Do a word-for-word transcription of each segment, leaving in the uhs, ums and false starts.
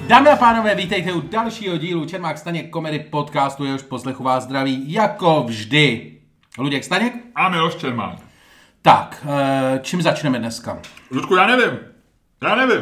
Dámy a pánové, vítejte u dalšího dílu Čermák Staněk komedy podcastu, jehož poslechu vás zdraví jako vždy Luděk Staněk a Miloš Čermák. Tak, čím začneme dneska? Ludku, já nevím. Já nevím.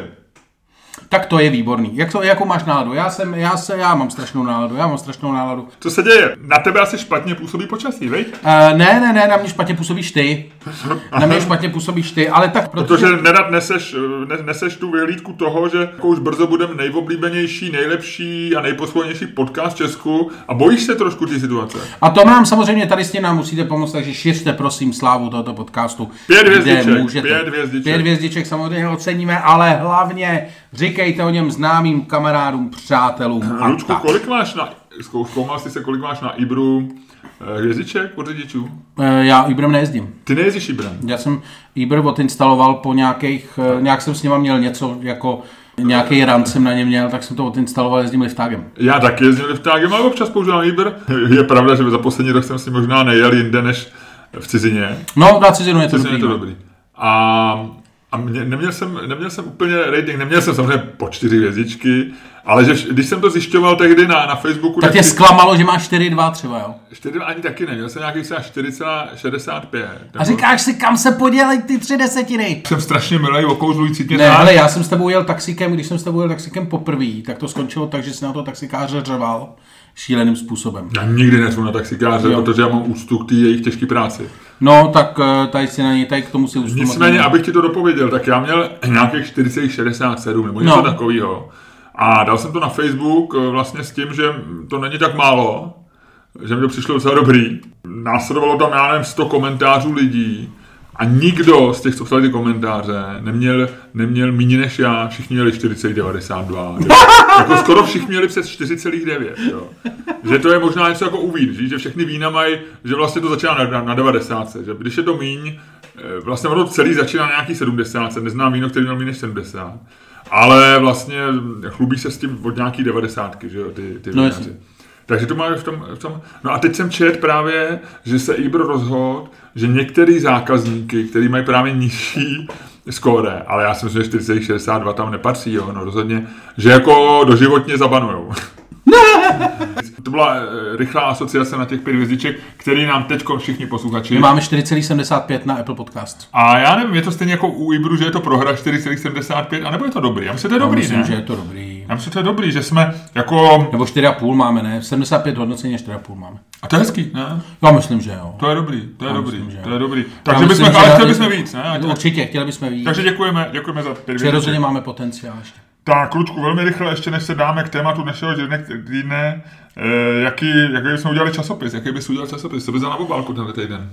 Tak to je výborný. Jak to, jakou máš náladu? Já jsem, já se, já mám strašnou náladu, já mám strašnou náladu. Co se děje? Na tebe asi špatně působí počasí, viď? Uh, ne, ne, ne, na mě špatně působíš ty. Na mě špatně působíš ty, ale tak protože... Protože nerad neseš, ne, neseš tu vyhlídku toho, že jako už brzo budeme nejoblíbenější, nejlepší a nejposlouchanější podcast v Česku a bojíš se trošku té situace. A to nám samozřejmě tady s tím nám musíte pomoct, takže šiřte prosím slávu tohoto podcastu. Pět hvězdiček, pět hvězdiček. Pět hvězdiček samozřejmě oceníme, ale hlavně říkejte o něm známým kamarádům, přátelům. Lučku, kolik máš na, zkoumal jsi se, kolik máš na Ibru hvězdiček od řidičů? Já Ibrem nejezdím. Ty nejezdíš Ibrem? Já jsem Ibr odinstaloval po nějakých, nějak jsem s něma měl něco jako... Nějaký rant jsem na ně měl, tak jsem to odinstaloval, jezdím liftágem. Já taky jezdím liftágem, ale občas používám Uber. Je pravda, že za poslední rok jsem si možná nejel jinde než v cizině. No, na cizinu je to dobrý. Je to no. dobrý. A, a mě, neměl, jsem, neměl jsem úplně rating, neměl jsem samozřejmě po čtyři hvězdičky, ale že, když jsem to zjišťoval tehdy na, na Facebooku... Tak tě zklamalo, že máš čtyři dva třeba, jo? čtyři dva ani taky neměl, jsem nějaký čtyři celá šedesát pět. A říkáš si, kam se podělej ty tři desetiny? Jsem strašně milej, okouzlující tě. Ne, ale já jsem s tebou jel taxikem, když jsem s tebou jel taxikem poprvé, tak to skončilo tak, že jsi na to taxikáře řval šíleným způsobem. Já nikdy neřvu na taxikáře, jo. Protože já mám úctu k té jejich těžké práci. No, tak tady si na něj, tady k tomu si úctu. Nicméně, abych ti to dopověděl, tak já měl nějakých čtyři celá šedesát sedm nebo něco no. takového. A dal jsem to na Facebook vlastně s tím, že to není tak málo, že mi to přišlo docela dobrý. Následovalo tam, já nevím, sto komentářů lidí a nikdo z těch, co psali ty komentáře, neměl, neměl méně než já, všichni měli čtyři celá devadesát dva. Jako skoro všichni měli přes čtyři celá devět. Jo. Že to je možná něco jako u vín, že všechny vína mají, že vlastně to začíná na, na, na devadesát. Že když je to míň, vlastně ono celý začíná na nějaký sedmdesát. Neznám víno, který měl méně než sedmdesát. Ale vlastně chlubí se s tím od nějaký devadesátky, že jo, ty, ty no vínáři. Takže to má v tom, v tom... No a teď jsem čet právě, že se Ibr rozhodl, že některý zákazníky, který mají právě nižší skóre, ale já si myslím, že čtyři celá šedesát dva tam nepatří, jo, no rozhodně, že jako doživotně zabanujou. To byla rychlá asociace na těch pět hvězdiček, který nám teď všichni posluchači. My máme čtyři celá sedmdesát pět na Apple Podcast. A já nevím, je to stejně jako u Ibru, že je to prohra čtyři celá sedmdesát pět, anebo je to dobrý? Já myslím, že to je dobrý, myslím, ne? že je to dobrý. Já myslím, že to je dobrý, že jsme jako... Nebo čtyři celá pět máme, ne? sedmdesát pět hodnocení a čtyři celá pět máme. A to je hezký, ne? Já myslím, že jo. To je dobrý, to je Já dobrý, myslím, to je dobrý. Já Takže myslím, bychom, ale já... chtěli bychom víc, ne? Určitě, chtěli bychom víc. Takže děkujeme, děkujeme za pět hvězdiček. Přirozeně máme potenciál ještě. Tak, Klučku, velmi rychle, ještě než se dáme k tématu dnešního týdne, eh, jaký, jaký bychom udělali časopis, jaký bys udělal časopis, co bys dal na obálku tenhle týden?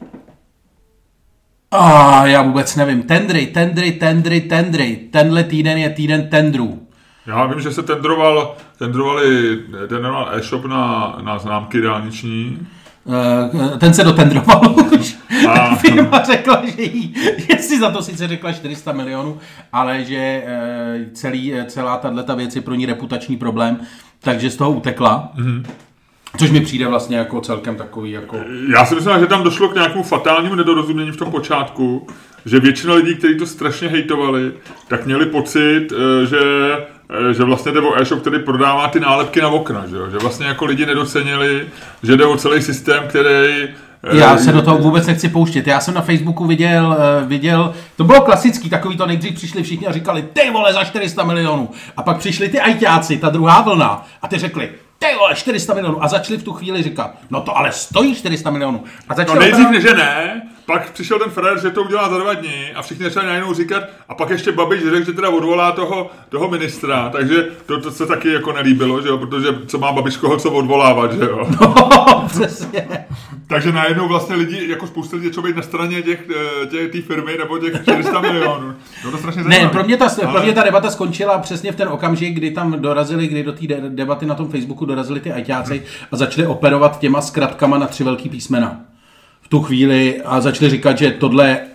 Ah, já vůbec nevím, tendry, tendry, tendry, tendry, tenhle týden je týden tendrů. Já vím, že se tendroval, tendrovali, tendroval e-shop na, na známky dálniční. Ten se dotendroval už. A... Firma řekla, že, jí, že si za to sice řekla čtyři sta milionů, ale že celý, celá tato věc je pro ní reputační problém, takže z toho utekla. Mm-hmm. Což mi přijde vlastně jako celkem takový jako... Já si myslím, že tam došlo k nějakému fatálnímu nedorozumění v tom počátku, že většina lidí, kteří to strašně hejtovali, tak měli pocit, že, že vlastně jde o e-shop, který prodává ty nálepky na okna, že, že vlastně jako lidi nedocenili, že jde o celý systém, který... Já se do toho vůbec nechci pouštět. Já jsem na Facebooku viděl, viděl, to bylo klasický, takový to nejdřív přišli všichni a říkali, ty vole, za čtyři sta milionů. A pak přišli ty ajťáci, ta druhá vlna, a ty řekli, ty vole, čtyři sta milionů. A začali v tu chvíli říkat, no to ale stojí čtyři sta milionů. A no nejdřív opravdu... že ne, pak přišel ten frajer, že to udělá za dva dny a všichni začali najednou říkat, a pak ještě Babiš řekl, že teda odvolá toho, toho ministra, takže to, to se taky jako nelíbilo, že jo, protože co má Babiš koho co odvolávat, že jo. No, přesně. Takže najednou vlastně lidi, jako spousta lidí, čo být na straně těch, těch, těch firmy nebo těch čtyři sta milionů. No to strašně zajímavé. Ne, pro mě, ta, ale... pro mě ta debata skončila přesně v ten okamžik, kdy tam dorazili, kdy do té debaty na tom Facebooku dorazili ty ajťáci a začali operovat těma zkratkama na tři velký písmena. V tu chvíli a začali říkat, že tohle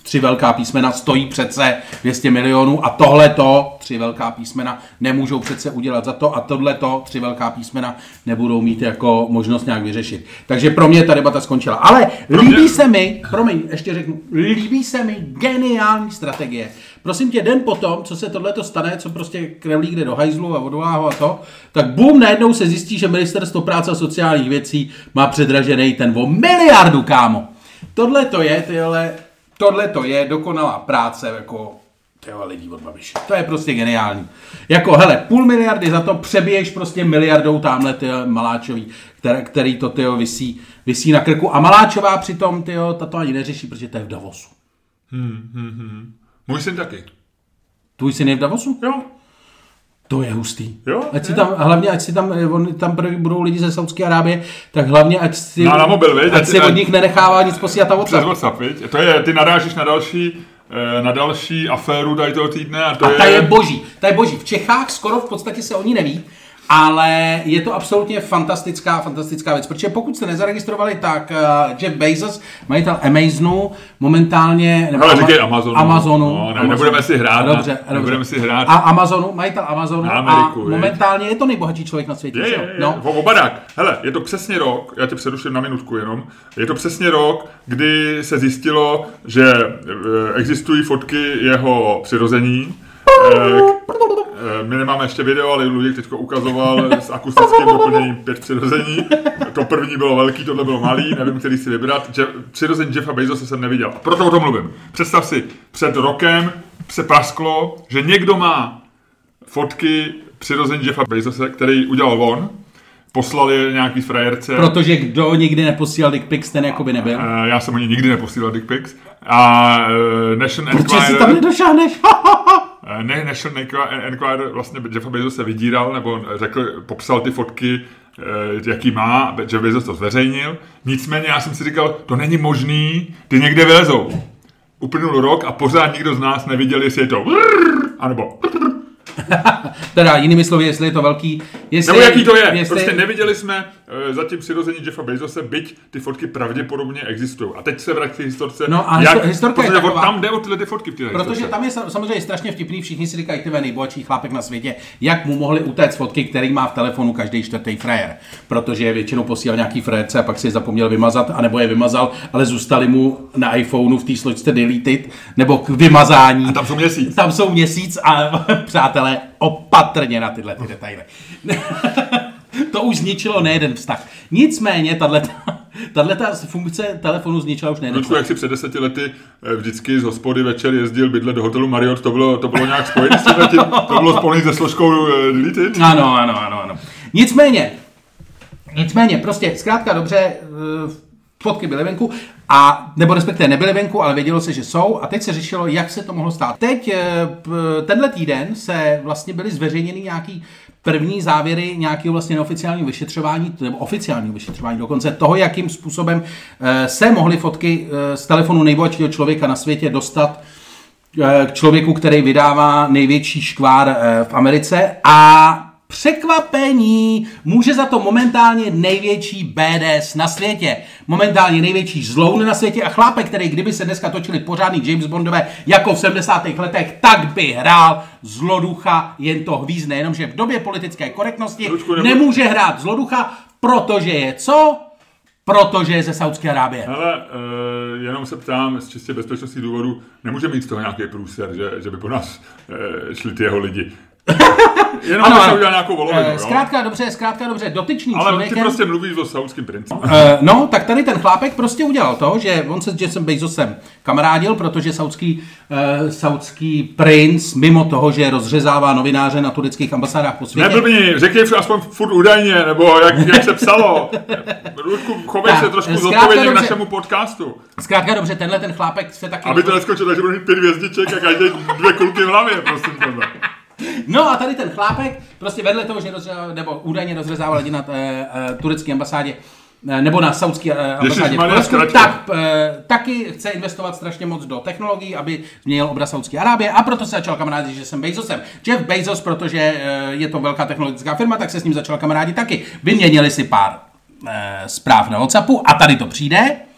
tři velká písmena stojí přece dvě stě milionů a tohleto tři velká písmena nemůžou přece udělat za to a tohleto tři velká písmena nebudou mít jako možnost nějak vyřešit. Takže pro mě ta debata skončila. Ale pro líbí mě... se mi, promiň, ještě řeknu, líbí se mi geniální strategie. Prosím tě, den potom, co se tohleto stane, co prostě Kremlík jde do hajzlu a odvolá ho a to, tak bum, najednou se zjistí, že Ministerstvo práce a sociálních věcí má předražený ten o miliardu, kámo. Tohle to je, tyhle, tohle to je dokonalá práce jako tyhle lidí od Babiše. To je prostě geniální. Jako, hele, půl miliardy za to přebiješ prostě miliardou tamhle tyhle Maláčový, který, který to tyjo visí, visí na krku. A Maláčová přitom tyjo, ta to ani neřeší, protože to je v Davosu. Hmm, hmm, hmm. Můj syn taky. Tvůj syn je v Davosu? Jo. To je hustý. Jo, ať si tam, hlavně, ať si tam, on, tam budou lidi ze Saudské Arábie, tak hlavně, ať si, no, na mobil, viď? ať si od nich nenechává nic posílat a WhatsApp. Přes WhatsApp, viď? To je, ty narážíš na další, na další aféru tady toho týdne. A, to a ta je... je boží. Ta je boží. V Čechách skoro v podstatě se o ní neví, ale je to absolutně fantastická, fantastická věc, protože pokud jste nezaregistrovali, tak uh, Jeff Bezos, majitel Amazonu, momentálně... Nebo ale říkej Amazonu. Amazonu. No, ne, Amazonu. Nebudeme si hrát. Dobře, na, nebudeme si hrát. A Amazonu, majitel Amazonu na Ameriku, a momentálně je to nejbohatší člověk na světě. Je, je, je. No. Obadák. Hele, je to přesně rok, já tě přeruším na minutku jenom, je to přesně rok, kdy se zjistilo, že existují fotky jeho přirození. My nemáme ještě video, ale Luděk teďko ukazoval s akustickým doplněním pět přirození. To první bylo velký, tohle bylo malý, nevím, který si vybrat. Je, přirození Jeffa Bezose jsem neviděl. A proto o tom mluvím. Představ si, před rokem se prasklo, že někdo má fotky přirození Jeffa Bezose, který udělal on. Poslali nějaký frajerce. Protože kdo nikdy neposílal dick pics, ten jako by nebyl. Uh, já jsem o ní nikdy neposílal dick pics. A uh, National Enquirer... Proč si tam nedošáhneš? Ne, National Enquirer vlastně Jeffa Bezose se vydíral, nebo řekl, popsal ty fotky, jaký má, Jeff Bezos to zveřejnil. Nicméně já jsem si říkal, to není možný, ty někde vylezou. Uplynul rok a pořád nikdo z nás neviděl, jestli je to anebo teda jinými slovy, jestli je to velký... Jestli, nebo jaký to je. Jestli... Prostě neviděli jsme uh, zatím přirození Jeffa Bezose, byť ty fotky pravděpodobně existují. A teď se vrať k té historce. No a jak, historka je taková, tam jde o tyhle ty fotky v té protože historce. Tam je samozřejmě strašně vtipný, všichni si říkají, ty nejbohatší chlápek na světě, jak mu mohli utéct fotky, který má v telefonu každý čtvrtý frajer. Protože je většinou posílal nějaký frajerce a pak si je zapomněl vymazat, anebo je vymazal, ale zůstali mu na iPhoneu v té složce deleted, nebo k vymazání. A tam jsou měsíc. Tam jsou měsíc a přátelé, opatrně na tyhle ty detaily. To už zničilo nejeden vztah. Nicméně, tato funkce telefonu zničila už nejeden vztah. Jak si před deseti lety vždycky z hospody večer jezdil bydlet do hotelu Marriott, to bylo, to bylo nějak spojené s tím, to bylo spojené se složkou deleted? Ano, ano, ano, ano. Nicméně, nicméně, prostě zkrátka dobře, fotky byly venku, a, nebo respektive nebyly venku, ale vědělo se, že jsou, a teď se řešilo, jak se to mohlo stát. Teď, tenhle týden se vlastně byly zveřejněny nějaký první závěry nějakého vlastně neoficiálního vyšetřování, nebo oficiálního vyšetřování dokonce toho, jakým způsobem se mohly fotky z telefonu nejbohatšího člověka na světě dostat k člověku, který vydává největší škvár v Americe, a překvapení, může za to momentálně největší bé dé es na světě. Momentálně největší zloun na světě a chlápek, který kdyby se dneska točili pořádný James Bondové jako v sedmdesátých letech, tak by hrál zloducha, jen to hvízdne, jenomže v době politické korektnosti Ručku, nemůže hrát zloducha, protože je co? Protože je ze Saudské Arábie. Ale uh, jenom se ptám, z čistě bezpečnostních důvodů, nemůže mít z toho nějaký průser, že, že by po nás uh, šli ty jeho lidi. Jenom ano, se udělal nějakou volovinu, uh, zkrátka dobře, zkrátka dobře, dotyčný ale člověkem... Ale ty prostě mluvíš o saudským principu. Uh, no, tak tady ten chlápek prostě udělal to, že on se s Jeffem Bezosem kamarádil, protože saudský, uh, saudský princ, mimo toho, že rozřezává novináře na tureckých ambasádách po světě... Neblbni, řekni aspoň furt údajně, nebo jak, jak se psalo. Ludku, chovej se trošku zodpovědně k našemu podcastu. Zkrátka dobře, tenhle ten chlápek se taky... Aby to neskočil, takže budu mít pět hvězdiček a každý dvě kulky v hlavě, prosím tebe. No a tady ten chlápek, prostě vedle toho, že rozřezával, nebo údajně rozřezával lidi na e, e, turecké ambasádě, e, nebo na saudské e, ambasádě v Turecku, tak e, taky chce investovat strašně moc do technologií, aby změnil obraz Saudské Arábie, a proto se začal kamarádit, že jsem Bezosem. Jeff Bezos, protože e, je to velká technologická firma, tak se s ním začal kamarádit taky. Vyměnili si pár e, zpráv na WhatsAppu a tady to přijde.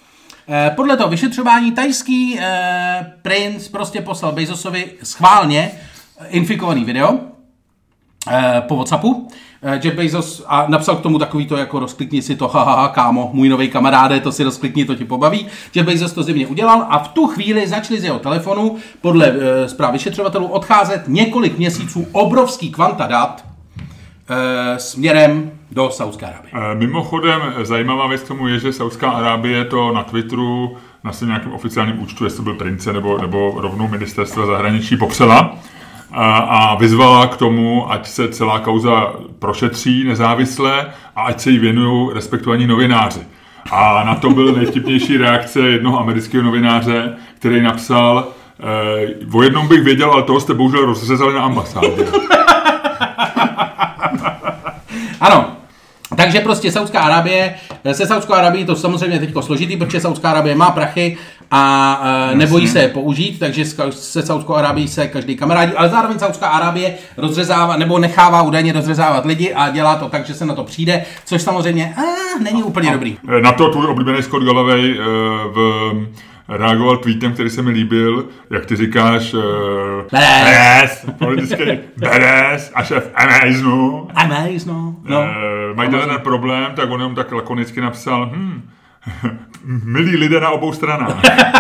Podle toho vyšetřování tajský eh, princ prostě poslal Bezosovi schválně infikovaný video eh, po WhatsAppu. Eh, Jeff Bezos a napsal k tomu takový to jako rozklikni si to, hahaha, kámo, můj nový kamaráde, to si rozklikni, to ti pobaví. Jeff Bezos to zjevně udělal a v tu chvíli začali z jeho telefonu podle eh, zpráv vyšetřovatelů odcházet několik měsíců obrovský kvanta dat eh, směrem do Saúdské Arábie. E, mimochodem, zajímavá věc k tomu je, že Saúdská Arábie to na Twitteru, na svém nějakém oficiálním účtu, jestli to byl prince nebo, nebo rovnou ministerstva zahraničí, popřela a, a vyzvala k tomu, ať se celá kauza prošetří nezávisle a ať se jí věnují respektovaní novináři. A na to byl nejvtipnější reakce jednoho amerického novináře, který napsal, e, o jednom bych věděl, ale toho jste bohužel rozřezali na ambasádě. Ano. Takže prostě Saúdská Arábie, se Saúdskou Arábií to samozřejmě teďko složitý, protože Saúdská Arábie má prachy a e, nebojí se je použít, takže se Saúdskou Arábií se každý kamarádí, ale zároveň Saúdská Arábie rozřezává nebo nechává údajně rozřezávat lidi a dělá to tak, že se na to přijde, což samozřejmě a, není úplně a, dobrý. Na to tvůj oblíbený Scott Galloway e, v reagoval tweetem, který se mi líbil, jak ty říkáš, beres, politický beres a šéf Amazonu. Amazonu, no. E, mají ten problém, tak on jenom tak lakonicky napsal, hm, milí lidé na obou stranách.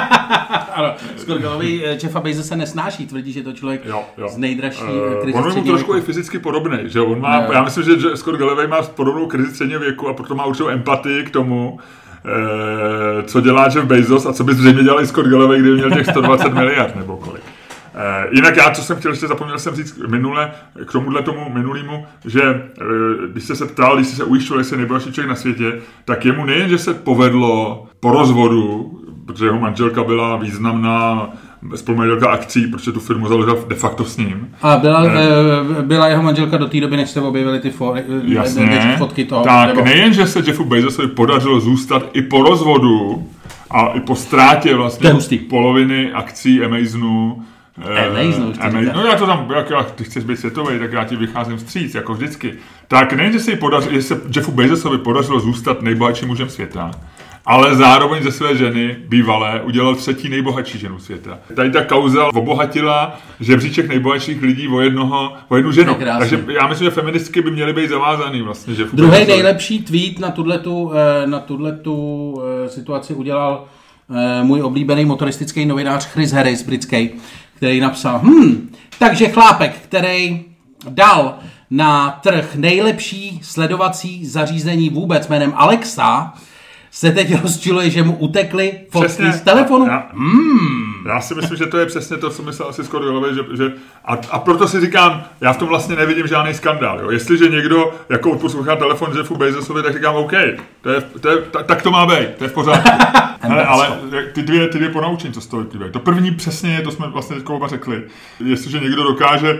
Ano, Scott Galloway Jeffa Bezose se nesnáší, tvrdí, že to člověk jo, jo. z nejdražší uh, krize on je mu trošku i fyzicky podobný, že on má, no. Já myslím, že Scott Galloway má podobnou krizi středního věku a proto má určitou empatii k tomu, Eh, co dělá Jeff Bezos a co by zřejmě dělal i Scott Galloway, kdyby měl těch sto dvacet miliard nebo kolik. Eh, jinak já, co jsem chtěl, ještě zapomněl jsem říct minule, k tomuhle tomu minulýmu, že eh, když jste se ptal, když jste se ujišťoval, jestli je nejbohatší člověk na světě, tak jemu nejen, že se povedlo po rozvodu, protože jeho manželka byla významná spolumajitelka akcí, protože tu firmu založil de facto s ním. A byla, eh, byla jeho manželka do té doby, než se objevily ty fo- jasně, fotky toho. Tak nebo... nejen, že se Jeffu Bezosovi podařilo zůstat i po rozvodu a i po ztrátě vlastně poloviny akcí Amazonu. Amazonu, eh, no já to tam, jak, jak ty chceš být světový, tak já ti vycházím vstříc, jako vždycky. Tak nejen, že se, podařilo, že se Jeffu Bezosovi podařilo zůstat nejbohatším mužem světa, ale zároveň ze své ženy, bývalé, udělal třetí nejbohatší ženu světa. Tady ta kauza obohatila žebříček nejbohatších lidí o, jednoho, o jednu ženu. Takže já myslím, že feministky by měly být zavázaný vlastně. Že druhý nejlepší tweet na tuhletu, na tuhletu situaci udělal můj oblíbený motoristický novinář Chris Harris, britský, který napsal, hm, takže chlápek, který dal na trh nejlepší sledovací zařízení vůbec jménem Alexa, se teď rozčiluje, že mu utekly fotky z telefonu. Já, hmm. já si myslím, že to je přesně to, co myslel asi Scott Galloway, že, že a, a proto si říkám, já v tom vlastně nevidím žádný skandál. Jo. Jestliže někdo jako odposlouchá telefon Jeffu Bezosovi, tak říkám OK, to je, to je, ta, tak to má být, to je v pořádku. Hele, ale ty dvě, ty dvě ponaučení, co z toho vyplývají. To první přesně je, to jsme vlastně teď oba řekli. Jestliže někdo dokáže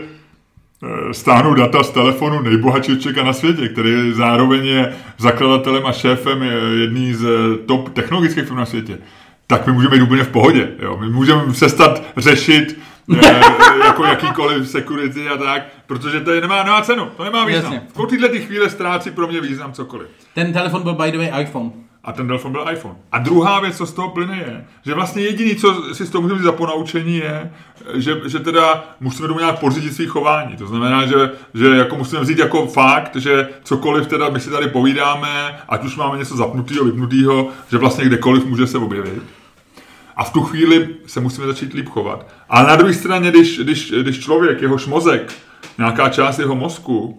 stáhnout data z telefonu nejbohatšího člověka na světě, který zároveň je zakladatelem a šéfem jedný z top technologických firm na světě, tak my můžeme jít úplně v pohodě. Jo? My můžeme přestat řešit e, jako jakýkoliv security a tak, protože to je, nemá, nemá cenu, to nemá význam. V této chvíli ztrácí pro mě význam cokoliv. Ten telefon byl by the way iPhone. A ten telefon byl iPhone. A druhá věc, co z toho plyne, je, že vlastně jediný, co si z toho můžeme za ponaučení, je, že, že teda musíme tomu nějak podřídit svý chování. To znamená, že, že jako musíme vzít jako fakt, že cokoliv teda my si tady povídáme, ať už máme něco zapnutého, vypnutého, že vlastně kdekoliv může se objevit. A v tu chvíli se musíme začít líp chovat. A na druhé straně, když, když, když člověk, jehož mozek, nějaká část jeho mozku,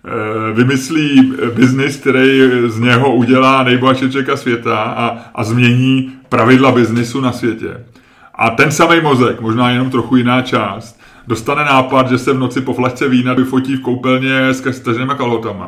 vymyslí biznis, který z něho udělá nejbohatší člověka světa a, a změní pravidla biznisu na světě. A ten samý mozek, možná jenom trochu jiná část, dostane nápad, že se v noci po flašce vína vyfotí v koupelně s taženýma kalhotama.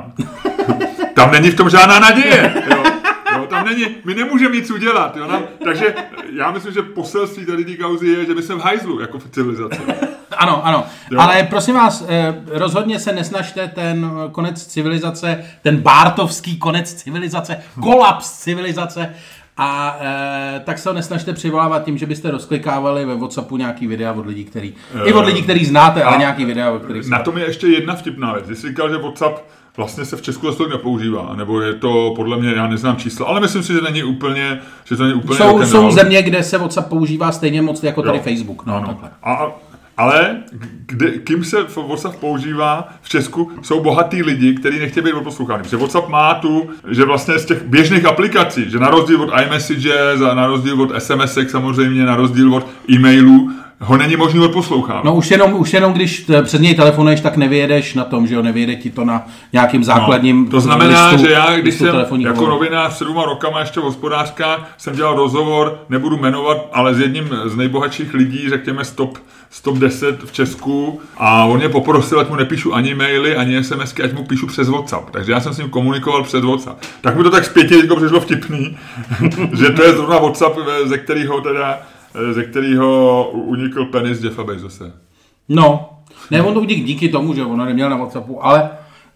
Tam není v tom žádná naděje. Jo? Jo, tam není, my nemůžeme nic udělat. Jo? Nám, takže já myslím, že poselství tady té kauzy je, že my jsme v hajzlu jako v civilizaci. Ano, ano. Jo. Ale prosím vás, rozhodně se nesnažte ten konec civilizace, ten bártovský konec civilizace, kolaps civilizace, a e, tak se ho nesnažte přivolávat tím, že byste rozklikávali ve WhatsAppu nějaký videa od lidí, který, e, i od lidí, který znáte, ale nějaký videa, od kterých na tom je ještě jedna vtipná věc. Jsi říkal, že WhatsApp vlastně se v Česku zase nepoužívá, nebo je to podle mě, já neznám čísla, ale myslím si, že není úplně, že to není úplně Jsou, jsou země, kde se WhatsApp používá stejně moc jako tady jo. Facebook. No, ano. A, ale kde, kým se WhatsApp používá v Česku, jsou bohatý lidi, kteří nechtějí být odposloucháni. Protože WhatsApp má tu, že vlastně z těch běžných aplikací, že na rozdíl od iMessages a na rozdíl od es em esek samozřejmě, na rozdíl od e-mailů, ho není možný odposlouchávat. No už jenom, už jenom když před něj telefonuješ, tak nevyjedeš na tom, že jo, nevyjede ti to na nějakým základním no, to znamená, listu, že já, když jsem jako novinář před dvěma rokama ještě v Hospodářkách jsem dělal rozhovor, nebudu jmenovat, ale s jedním z nejbohatších lidí, řekněme stop, stop deset v Česku, a on mě poprosil, ať mu nepíšu ani maily, ani SMSky, ať mu píšu přes WhatsApp. Takže já jsem s ním komunikoval přes WhatsApp. Tak mi to tak zpětně jako přišlo vtipný, že to je zrovna WhatsApp, ze kterého teda ze kterého unikl penis Jeffa Bezose. No, ne, on to unikl díky tomu, že on neměl na WhatsAppu, ale...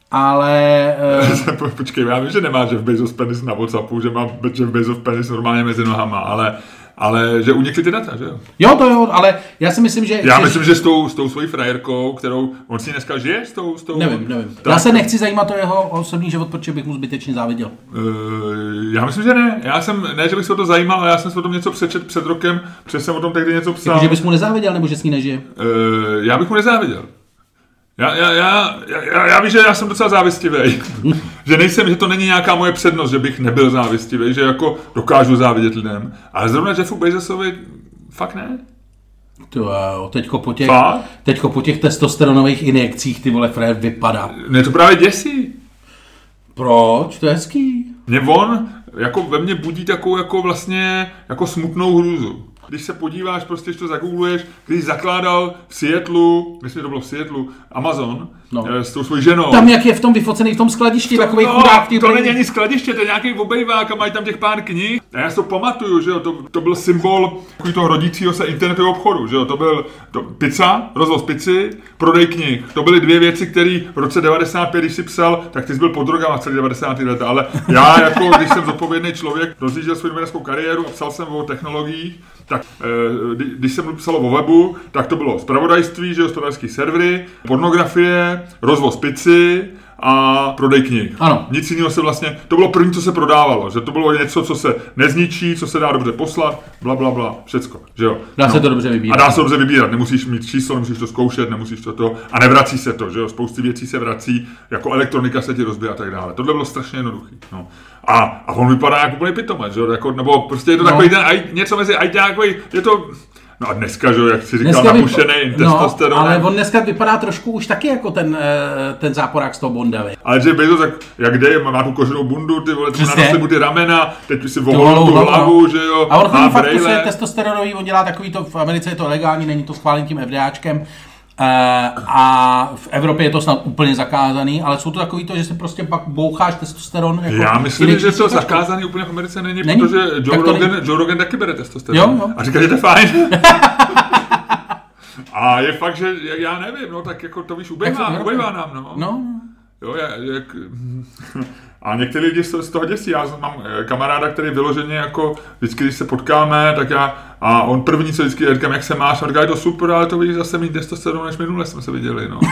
ale uh... Počkej, já vím, že nemá Jeff Bezos penis na WhatsAppu, že má Jeff Bezos penis normálně mezi nohama, ale... Ale že unikly ty data, že jo? Jo, to jo, ale já si myslím, že... Já myslím, že s tou, s tou svojí frajerkou, kterou... On si dneska žije s tou... S tou nevím, nevím. Tak... Já se nechci zajímat o jeho osobní život, protože bych mu zbytečně záviděl. Uh, já myslím, že ne. Já jsem... Ne, že bych se o to zajímal, ale já jsem se o tom něco přečet před rokem, protože jsem o tom tehdy něco psal. Jako, že bys mu nezáviděl, nebo že s ní nežije? Uh, já bych mu nezáviděl. Já, já, já, já, já vím, že já jsem docela závistivý. Že nejsem, že to není nějaká moje přednost, že bych nebyl závistivý, že jako dokážu závidět lidem. Ale zrovna Jeffu Bezosovi fakt ne. To jo, teďko po těch, teďko po těch testosteronových injekcích ty vole frér vypadá. Mě to právě děsí. Proč? To je hezký. Mě on jako ve mně budí takovou jako vlastně jako smutnou hrůzu. Když se podíváš, prostě, když to zagoogluješ, když zakládal v Seattlu, myslím, že to bylo v Seattlu, Amazon, no. S tou svojí ženou. Tam jak je v tom vyfocený v tom skladišti, to, takový no, chudák. To není ani skladiště, to je nějaký obejvák a mají tam těch pár knih. A já si to pamatuju, že jo, to, to byl symbol toho rodícího se internetového obchodu, že jo, to byl to, pizza, rozvoz pici, prodej knih. To byly dvě věci, které v roce devadesát pět, když jsi psal, tak ty jsi byl pod drogama celý devadesátá let, ale já jako, když jsem zodpovědný člověk, rozjížděl svou novinářskou kariéru a psal jsem o technologiích, tak když jsem psal o webu, tak to bylo zpravodajství, že jo, zpravodajský servery, pornografie, rozvoz pici a prodej knih. Ano. Nic jiného se vlastně, to bylo první, co se prodávalo, že to bylo něco, co se nezničí, co se dá dobře poslat, bla, bla, bla, všecko, že jo. Dá no. se to dobře vybírat. A dá se to dobře vybírat, nemusíš mít číslo, nemusíš to zkoušet, nemusíš to to, a nevrací se to, že jo, spousty věcí se vrací, jako elektronika se ti rozbije a tak dále. Tohle bylo strašně jednoduchý, no. A, a on vypadá jako úplně pitomec, že jo, jako, nebo prostě je to no. takový ten, něco mezi ajťákový, je to... No a dneska, že jak si říkal, napušený testosteron. No, ale on dneska vypadá trošku už taky jako ten, ten záporák z toho Bonda. Ale že Bezos, jak, jak jde, má tu koženou bundu, ty vole, na nosi mu ty ramena, teď si voholil tu hlavu, že jo. A on chodí fakt, to je testosteronový, on dělá takový to, v Americe je to legální, není to schválený tím FDAčkem. A v Evropě je to snad úplně zakázaný, ale jsou to takový to, že se prostě pak boucháš testosteron. Jako já myslím, že to zakázaný úplně v Americe není, není? Protože Joe Rogan, Joe Rogan taky bere testosteron. Jo, jo. A říká, že to je fajn. A je fakt, že já nevím, no tak jako to víš, ubejvá, ubejvá nám, no. No. Jo, jak... A někteří lidi z toho děsí. Já mám kamaráda, který vyloženě jako vždycky, když se potkáme, tak já a on první, co vždycky říkám, jak se máš, a říká, je to super, ale to vidíš zase mít testosteron, než minule jsme se viděli, no.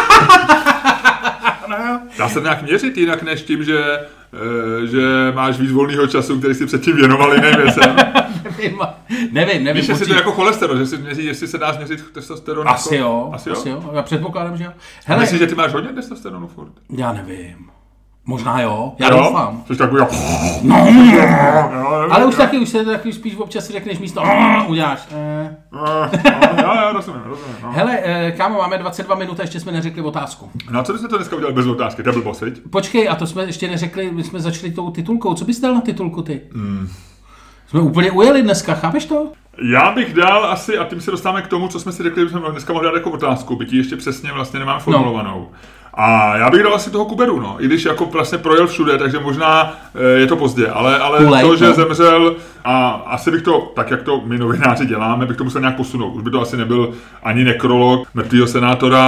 Dá se nějak měřit jinak, než tím, že, že máš víc volného času, který si předtím věnoval jiným věcem. nevím, nevím, nevím. Víš, jestli to je jako cholesterol, že si měří, jestli se dá změřit testosteron. Asi jako... jo, asi jo, asi jo, já předpokládám, že jo. Hele, myslíš, že ty máš hodně testosteronu furt? Já nevím. Možná jo, já jo? doufám. Což takový... No, ale už taky, už se taky spíš občas si řekneš místo, uděláš. Jo, jo, rozumím, rozumím. No. Hele, kámo, máme dvacet dva minut a ještě jsme neřekli otázku. No a co byste to dneska udělali bez otázky? Double boss, viď? Počkej, a to jsme ještě neřekli, my jsme začali tou titulkou. Co bys dal na titulku ty? Hmm. Jsme úplně ujeli dneska, chápeš to? Já bych dal asi, a tím se dostáváme k tomu, co jsme si řekli, že jsme dneska mohli dát jako otázku, byť ještě přesně vlastně nemám formulovanou. No. A já bych dal asi toho Kuberu, no. I když jako vlastně projel všude, takže možná e, je to pozdě, ale, ale Kulej, to, že no. zemřel, a asi bych to, tak jak to my novináři děláme, bych to musel nějak posunout. Už by to asi nebyl ani nekrolog mrtvýho senátora,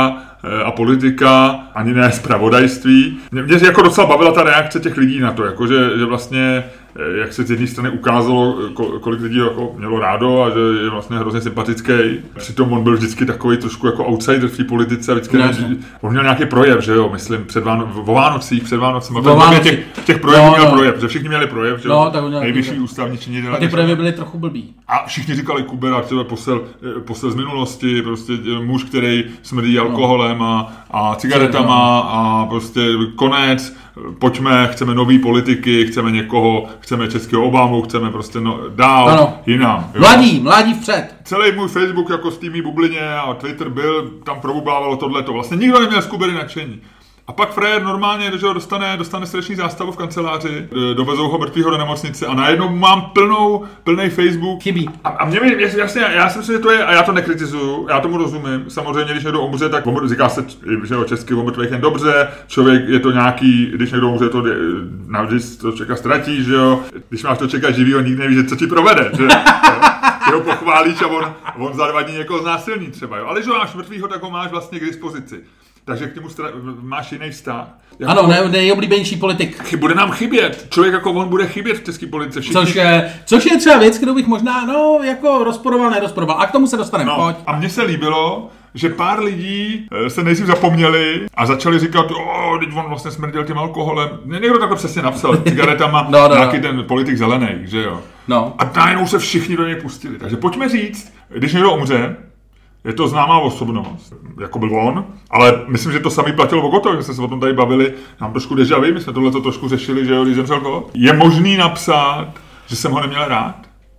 a politika, ani ne zpravodajství. Mě, mě jako docela bavila ta reakce těch lidí na to, jako že, že vlastně jak se z jedné strany ukázalo, kolik lidí jako mělo rádo a že je vlastně hrozně sympatický. Přitom on byl vždycky takový trošku jako outsider v té politice. Vždycky ne, on měl nějaký projev, že jo, myslím, před Váno, o Vánocích, před Vánocemi. Těch, těch projevů no, měl no. projev, že všichni měli projev, že no, jo, nejvyšší ústavní činitel. A ty projevy byly trochu blbý. A všichni říkali Kubera, třeba posel, posel z minulosti, prostě muž, který smrdí alkoholem a, a cigaretama a prostě konec. Pojďme, chceme nový politiky, chceme někoho, chceme českého Obamu, chceme prostě no, dál, ano. jinam. Jo. Mladí, mladí vpřed. Celý můj Facebook jako s tými bublině a Twitter byl, tam probubávalo tohleto. Vlastně nikdo neměl z Kubery nadšení. A pak Frér normálně, že ho dostane, dostane srdeční zástavu v kanceláři, dovezou ho mrtvýho do nemocnice a najednou mám plnou, plný Facebook. Chybí. A, a mě mi, jasně, já si myslím, že to je, a já to nekritizuju, já tomu rozumím. Samozřejmě, když někdo umře, tak říká se, že jo, česky o mrtvých jen dobře, člověk je to nějaký, když někdo umře, to navždy to čeká ztratí, že jo. Když máš to čekat živýho, nikdy nevíš, co ti provede, že ty ho pochválíš a on, on za dva dní někoho znásilní třeba, jo. Ale když ho máš mrtvýho, tak ho máš vlastně k dispozici. Takže k němu stra- máš jiný vztah. Jako ano, ne, nejoblíbenější politik. Bude nám chybět. Člověk jako on bude chybět v české politice. Všichni... Což, je, což je třeba věc, kterou bych možná, no, jako rozporoval, nerozporoval. A k tomu se dostaneme, no, pojď. A mně se líbilo, že pár lidí se nejdřív zapomněli a začali říkat, o, teď on vlastně smrděl tím alkoholem. Někdo takhle přesně napsal, cigaretama, no, no, nějaký no. ten politik zelený, že jo. No. A najednou se všichni do něj pustili. Takže pojďme říct, když někdo umře, je to známá osobnost, jako byl on, ale myslím, že to samý platilo o Gotovi, že jsme se o tom tady bavili, nám trošku déjà vu, my jsme tohle trošku řešili, že jo, když zemřel Gott. Je možný napsat, že jsem ho neměl rád?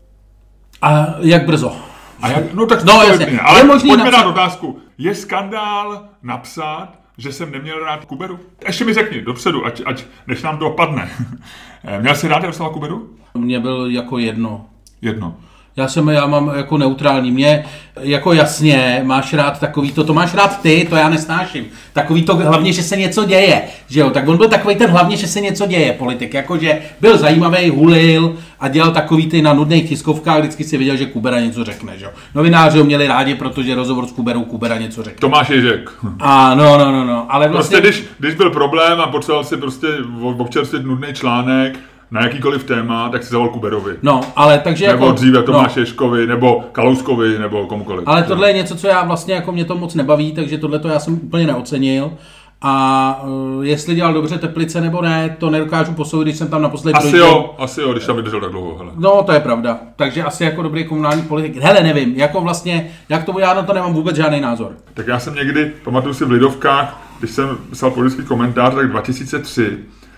A jak brzo? A jak, no tak no, to jasně. je ale je možný pojďme napsat... dát otázku. Je skandál napsat, že jsem neměl rád Kuberu? Ještě mi řekni, dopředu, ať, ať než nám to opadne. Měl jsi rád Jaroslava Kuberu? Mně byl jako jedno. Jedno. Já jsem, já mám jako neutrální, mě jako jasně, máš rád takový to, to máš rád ty, to já nesnáším. Takový to hlavně, že se něco děje, že jo, tak on byl takový ten hlavně, že se něco děje politik, jakože byl zajímavý, hulil a dělal takový ty na nudných tiskovkách, vždycky si viděl, že Kubera něco řekne, že jo. Novináři ho měli rádi, protože rozhovor s Kuberou Kubera něco řekne. Tomáš Ježek. A no, no, no, no, ale vlastně... Prostě když, když byl problém a potřeboval si prostě občerstvit nudný článek, na jakýkoliv téma, tak si zavolal Kuberovi. No, ale takže nebo jako... dříve Tomáš no. Ježkovi, nebo Kalouskovi, nebo komukoliv. Ale tohle je něco, co já vlastně jako mě to moc nebaví, takže tohle to já jsem úplně neocenil. A uh, jestli dělal dobře Teplice nebo ne, to nedokážu posoudit, když jsem tam naposledy Asi projděl. jo, asi jo, když tam vydržel tak dlouho, hele. No, to je pravda. Takže asi jako dobrý komunální politik. Hele, nevím, jako vlastně, jak tomu já na to nemám vůbec žádný názor. Tak já jsem někdy, pamatuju si v Lidovkách, když jsem psal politický komentář, tak dva tisíce tři,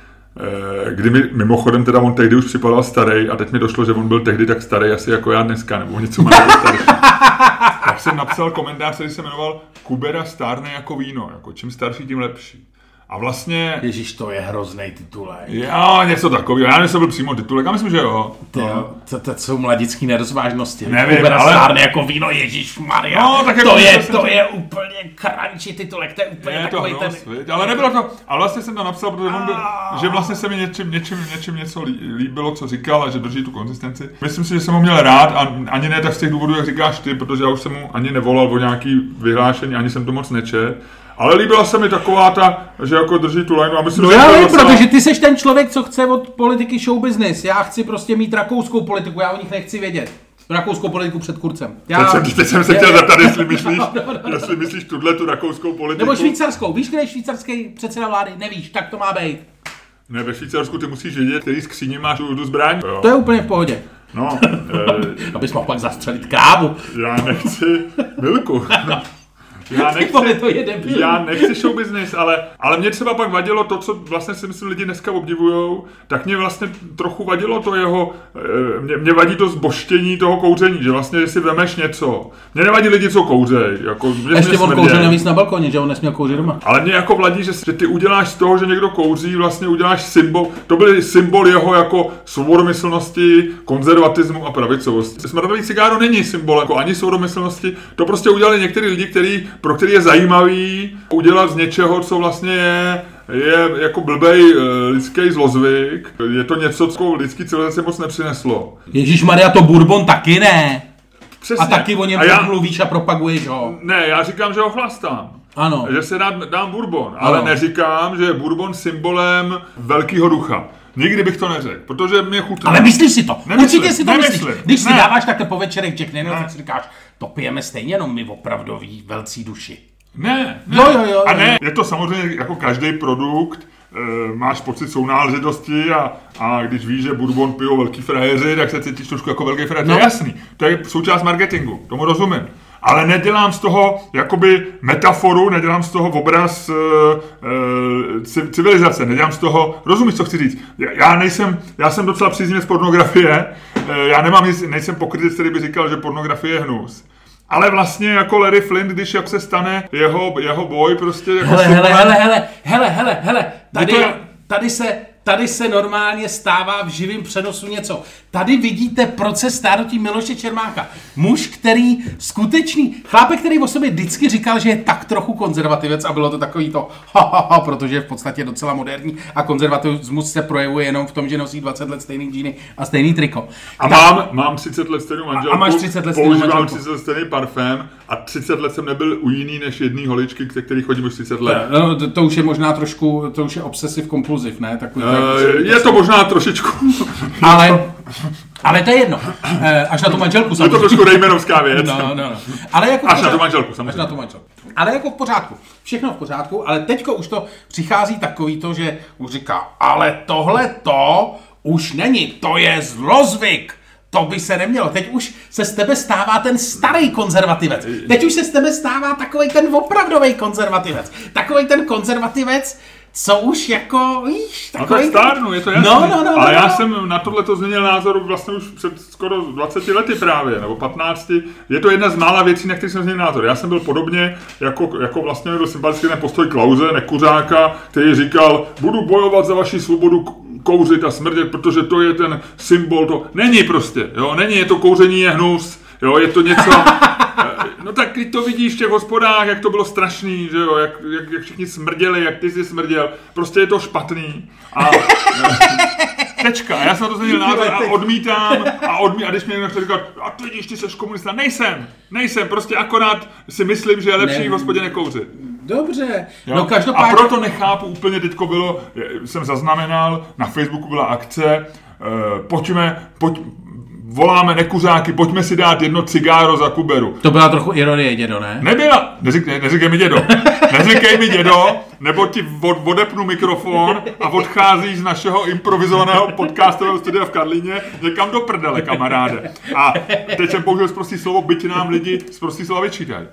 kdy mi mimochodem teda on tehdy už připadal starý a teď mi došlo, že on byl tehdy tak starý asi jako já dneska, nebo něco má starší. Tak jsem napsal komentář, který se jmenoval Kubera stárne jako víno, jako čím starší, tím lepší. A vlastně... Ježíš, to je hroznej titulek. Jo, něco takového. Já nevím, byl přímo titulek, já myslím, že jo. No. To, to, to jsou mladický nerozvážnosti. Nevím, Kubera ale... stárne jako víno, ježišmarja. No, tak jako to je, to jsem... je úplně crunchy titulek, to je úplně je takový to ten... Svět, ale nebylo to... Ale vlastně jsem to napsal, protože on byl, že vlastně se mi něčím, něčím, něčím něco líbilo, co říkal a že drží tu konzistenci. Myslím si, že jsem ho měl rád a ani ne tak z těch důvodů, jak říkáš ty, protože já už jsem mu ani nevolal o nějaký vyhlášení, ani jsem to moc nečet. Ale líbila se mi taková ta, že jako drží tu lineu a myslím, no že... No já vím, protože ty seš ten člověk, co chce od politiky show business. Já chci prostě mít rakouskou politiku, já o nich nechci vědět. Rakouskou politiku před Kurzem. Já... Teď, jsem, teď jsem se chtěl zeptat, jestli myslíš, no, no, no. jestli myslíš tuhle tu rakouskou politiku. Nebo švýcarskou. Víš, kde je švýcarský předseda vlády? Nevíš, tak to má být. Ne, ve Švýcarsku ty musíš vědět, který skříně máš tu zbraň. Jo. To je úplně v pohodě. No. e... Abys mohl pak zastřelit krávu. Já nechci Milku. Já nechci, to je já nechci show business, ale, ale mě třeba pak vadilo to, co vlastně si myslím lidi dneska obdivujou, tak mě vlastně trochu vadilo to jeho, mě, mě vadí to zboštění toho kouření, že vlastně si vemeš něco. Mě nevadí lidi, co kouřej. Jako, ještě on kouřil navíc na balkoně, že on nesměl kouřit doma. Ale mě jako vadí, že, že ty uděláš z toho, že někdo kouří, vlastně uděláš symbol, to byl symbol jeho jako svobodomyslnosti, konzervatismu a pravicovosti. Smrdový cigáro není symbol jako ani svobodomyslnosti, to prostě udělali některý lidi, kteří pro který je zajímavý udělat z něčeho, co vlastně je, je jako blbej lidský zlozvyk. Je to něco, co lidský civilizaci moc nepřineslo. Ježišmarja, to Bourbon taky ne. Přesně. A taky o něm a já... mluvíš a propaguješ ho. Ne, já říkám, že ho chlastám. Ano. Že se dám, dám bourbon, ale ano. Neříkám, že je bourbon symbolem velkého ducha. Nikdy bych to neřekl, protože mě chutná. Ale myslíš si to? Nemyslím, Určitě si to nemyslím. myslíš. Když si ne. dáváš takhle po večerech Jack Daniels, tak si říkáš, to pijeme stejně, jenom my opravdoví velcí duši. Ne, ne. Jo, jo, jo, a ne, je to samozřejmě jako každý produkt, e, máš pocit sounáležitosti a, a když víš, že bourbon pijou velký frajeři, tak se cítíš trošku jako velký frajer. No. To je jasný, to je součást marketingu, tomu rozumím. Ale nedělám z toho jakoby metaforu, nedělám z toho obraz e, e, civilizace, nedělám z toho, rozumíš, co chci říct? Já nejsem, já jsem docela příznivec pornografie, e, já nemám nic, nejsem pokrytec, který by říkal, že pornografie je hnus. Ale vlastně jako Larry Flint, když jak se stane jeho, jeho boj prostě jako... Hele, hele, hele, hele, hele, hele, hele, tady, je... tady se... Tady se normálně stává v živém přenosu něco. Tady vidíte proces stárnutí Miloše Čermáka. Muž, který skutečný, chlápek, který o sobě vždycky říkal, že je tak trochu konzervativec a bylo to takový to ha, ha, ha, protože je v podstatě docela moderní a konzervativismus se projevuje jenom v tom, že nosí dvacet let stejný džíny a stejný triko. A tak, mám, mám třicet let stejnou manželku, a máš třicet let stejnou manželku. Používám třicet let stejný parfém a třicet let jsem nebyl u jiný než jedný holičky, který chodím už třicet let. No, to, to už je možná trošku, to už je obsesiv kompulziv, ne? Takový, uh, je to možná trošičku. Ale, ale to je jedno. Až na tu manželku samozřejmě. Je to trošku Rejmenovská věc. No, no, no. Ale jako až pořád, na tu manželku samozřejmě. Až na tu manželku. Ale jako v pořádku. Všechno v pořádku, ale teďko už to přichází takový to, že už říká, ale tohle to už není, to je zlozvyk. To by se nemělo. Teď už se z tebe stává ten starý konzervativec. Teď už se z tebe stává takovej ten opravdový konzervativec. Takovej ten konzervativec, co už jako, víš, takový... No tak stárnu, je to jasný. No, no, no, ale no, já no. jsem na tohle to změnil názor vlastně už před skoro dvaceti lety právě, nebo patnácti. Je to jedna z mála věcí, na kterých jsem změnil názor. Já jsem byl podobně jako, jako vlastně byl sympatický ten postoj Klause, nekuřáka, který říkal, budu bojovat za vaši svobodu kouřit a smrdět, protože to je ten symbol, to není prostě, jo, není, je to kouření, je hnus, jo, je to něco... No tak když to vidíš v těch hospodách, jak to bylo strašný, že jo, jak, jak, jak všichni smrděli, jak ty jsi smrděl, prostě je to špatný. A tečka, já jsem na to změnil názor a odmítám a odmítám, a když mě někdo říká, a ty vidíš, ty jsi komunista, nejsem, nejsem, prostě akorát si myslím, že je lepší ne. v hospodě nekouřit. Dobře, jo? No každopádně... A proto nechápu úplně, teďko bylo, jsem zaznamenal, na Facebooku byla akce, eh, pojďme, pojď, voláme nekuřáky, pojďme si dát jedno cigáro za Kuberu. To byla trochu ironie, dědo, ne? Nebyla. Neříkej, neříkej mi dědo. Neříkej mi dědo, nebo ti od, odepnu mikrofon a odcházíš z našeho improvizovaného podcastového studia v Karlíně někam do prdele, kamaráde. A teď jsem použil zprostý slovo, byť nám lidi zprostý slova vyčítají.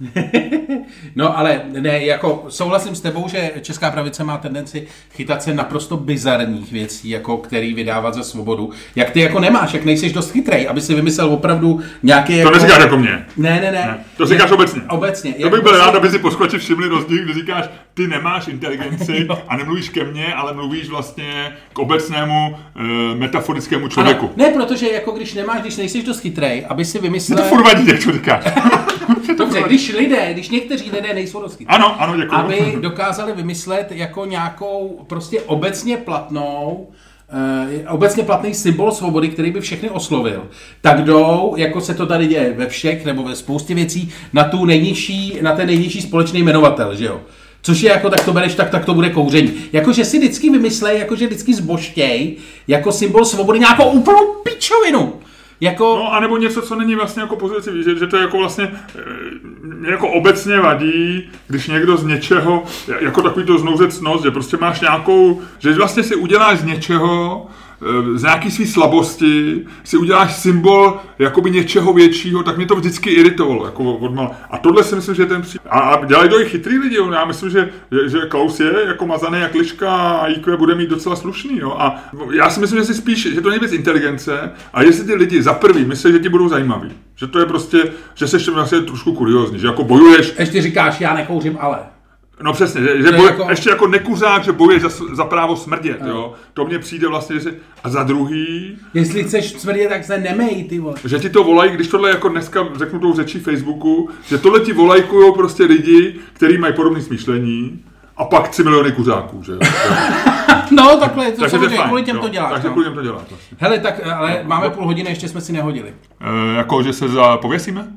No ale ne, jako souhlasím s tebou, že česká pravice má tendenci chytat se naprosto bizarních věcí, jako který vydávat za svobodu. Jak ty jako nemáš, jak nejseš dost chytrej, aby si vymyslel opravdu nějaké... To jako... neříkáš jako mě. Ne, ne, ne. ne. To říkáš ne, obecně. Obecně. To bych byl rád, aby si posluchači všimli rozdíl, kdy říkáš, ty nemáš inteligenci a nemluvíš ke mně, ale mluvíš vlastně k obecnému e, metaforickému člověku. Ano, ne, protože jako když nemáš, když nejseš dost chytrej, aby si vymyslel... Je to furt vadí, jak to říkáš. Dobře, když lidé, když někteří lidé nejsou dost chytří, ano, ano, děkuji. aby dokázali vymyslet jako nějakou prostě obecně platnou Uh, obecně platný symbol svobody, který by všechny oslovil, tak jdou, jako se to tady děje ve všech nebo ve spoustě věcí, na tu nejnižší, na ten nejnižší společný jmenovatel, že jo? Což je jako, tak to bereš, tak, tak to bude kouření. Jakože si vždycky vymyslej, jakože vždycky zbožtěj, jako symbol svobody nějakou úplnou pičovinu. Jako... No, anebo něco, co není vlastně jako pozici, že, že to je jako vlastně, jako obecně vadí, když někdo z něčeho, jako takový to znouzecnost, že prostě máš nějakou, že vlastně si uděláš z něčeho, z nějaký svý slabosti, si uděláš symbol jakoby něčeho většího, tak mě to vždycky iritovalo. Jako odmal. A tohle si myslím, že je ten příklad. A, a dělají to i chytrý lidi, jo. Já myslím, že, že, že Klaus je jako mazaný jak liška a í kvé bude mít docela slušný. Jo. A já si myslím, že si spíš, že to není věc inteligence, a jestli ty lidi za prvý myslí, že ti budou zajímaví. Že to je prostě, že jsi vlastně trošku kuriózní, že jako bojuješ. Ještě říkáš, já nekouřím, ale. No přesně, že, že boje, jako... ještě jako nekuřák, že bojuje za, za právo smrdět, jo. To mně přijde vlastně, že si... A za druhý... Jestli chceš smrdět, tak se nemej, ty vole. Že ti to volají, když tohle jako dneska řeknu tou řečí Facebooku, že tohle ti volajkujou prostě lidi, kteří mají podobné smýšlení, a pak tři miliony kuřáků, že jo. No takhle, to takže samozřejmě, fajn, kvůli těm jo, to děláš. Takže no. kvůli těm to děláš. Vlastně. Hele, tak ale no, máme půl hodiny, ještě jsme si nehodili. E, jako, že se za, pověsíme?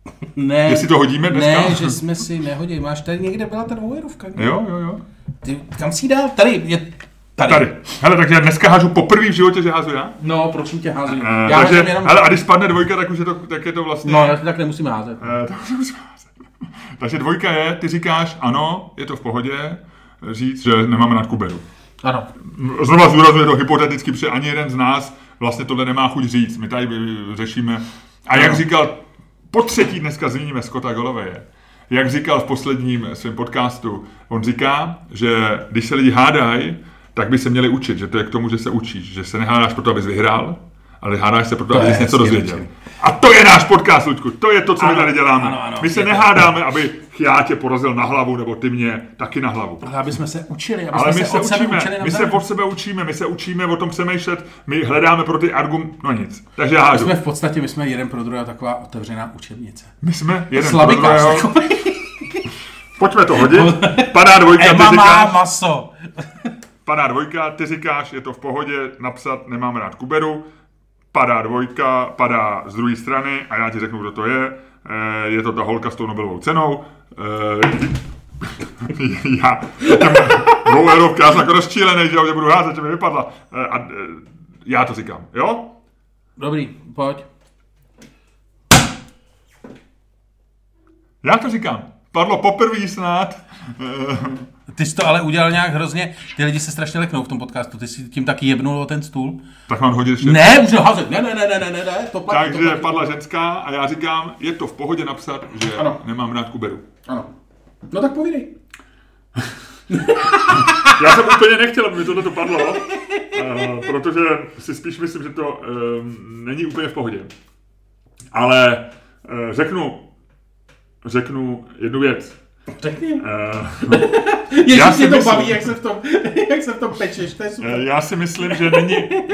Ne. Jestli to hodíme dneska? Ne, že jsme si nehodili. Máš tady někde byla ta dvoujerovka? Jo, jo, jo. Ty, kam jsi dal? Tady je... Tady. Tady. Hele, tak já dneska hážu poprvé v životě, že házu já. No, prosím tě, házu. Uh, já takže, jenom... hele, a když spadne dvojka, tak už je to, tak je to vlastně... No, já si tak nemusím házet. Uh, tak nemusím házet. Takže dvojka je, ty říkáš, ano, je to v pohodě, říct, že nemáme nad Kuberu. Ano. Znova zdůrazňuje to hypoteticky, protože ani jeden z nás vlastně tohle nemá chuť říct. My tady řešíme. A jak říkal, po třetí dneska zmíníme Scotta Gallowaye. Jak říkal v posledním svém podcastu, on říká, že když se lidi hádají, tak by se měli učit, že to je k tomu, že se učíš, že se nehádáš proto, abys vyhrál, ale hádáš se proto, to abys něco dozvěděl. A to je náš podcast, Luďku, to je to, co ano, my tady děláme. Ano, ano, my se nehádáme, aby já tě porazil na hlavu, nebo ty mě taky na hlavu. Ale aby jsme se učili, aby ale jsme my se, se od učíme, sebe učili my se od sebe učíme, my se učíme o tom přemýšlet, my hledáme pro ty argumenty, no nic. Takže hádu. My jsme v podstatě, my jsme jeden pro druhého taková otevřená učebnice. My jsme jeden Slabikář, pro druhého. Pojďme to hodit. Padá dvojka, ty Ema říkáš. má maso. Padá dvojka, ty říkáš, je to v pohodě, napsat, nemáme rád Kuberu. Padá dvojka, padá z druhé strany a já ti řeknu, kdo to je. Je to ta holka s tou Nobelovou cenou. Já, těm dvoueurovka, já jsem jako rozčílený, že já budu házet, že mi vypadla. A já to říkám, jo? Dobrý, pojď. Já to říkám. Padlo poprvé snad. Ty jsi to ale udělal nějak hrozně, ty lidi se strašně leknou v tom podcastu, ty jsi tím taky jebnul o ten stůl. Tak mám hodit ještě. Ne, můžu házet, ne, ne, ne, ne, ne, ne, to platí. Takže to platí. Padla ženská a já říkám, je to v pohodě napsat, že ano. Nemám rád Kuberu. Ano. No tak povídej. Já jsem úplně nechtěl, aby mi tohle padlo, uh, protože si spíš myslím, že to uh, není úplně v pohodě. Ale uh, řeknu, řeknu jednu věc. Řekni. Uh, Ježiš, mě to myslím, baví, jak se v tom, jak se v tom pečeš, to je super. Uh, já si myslím, že není,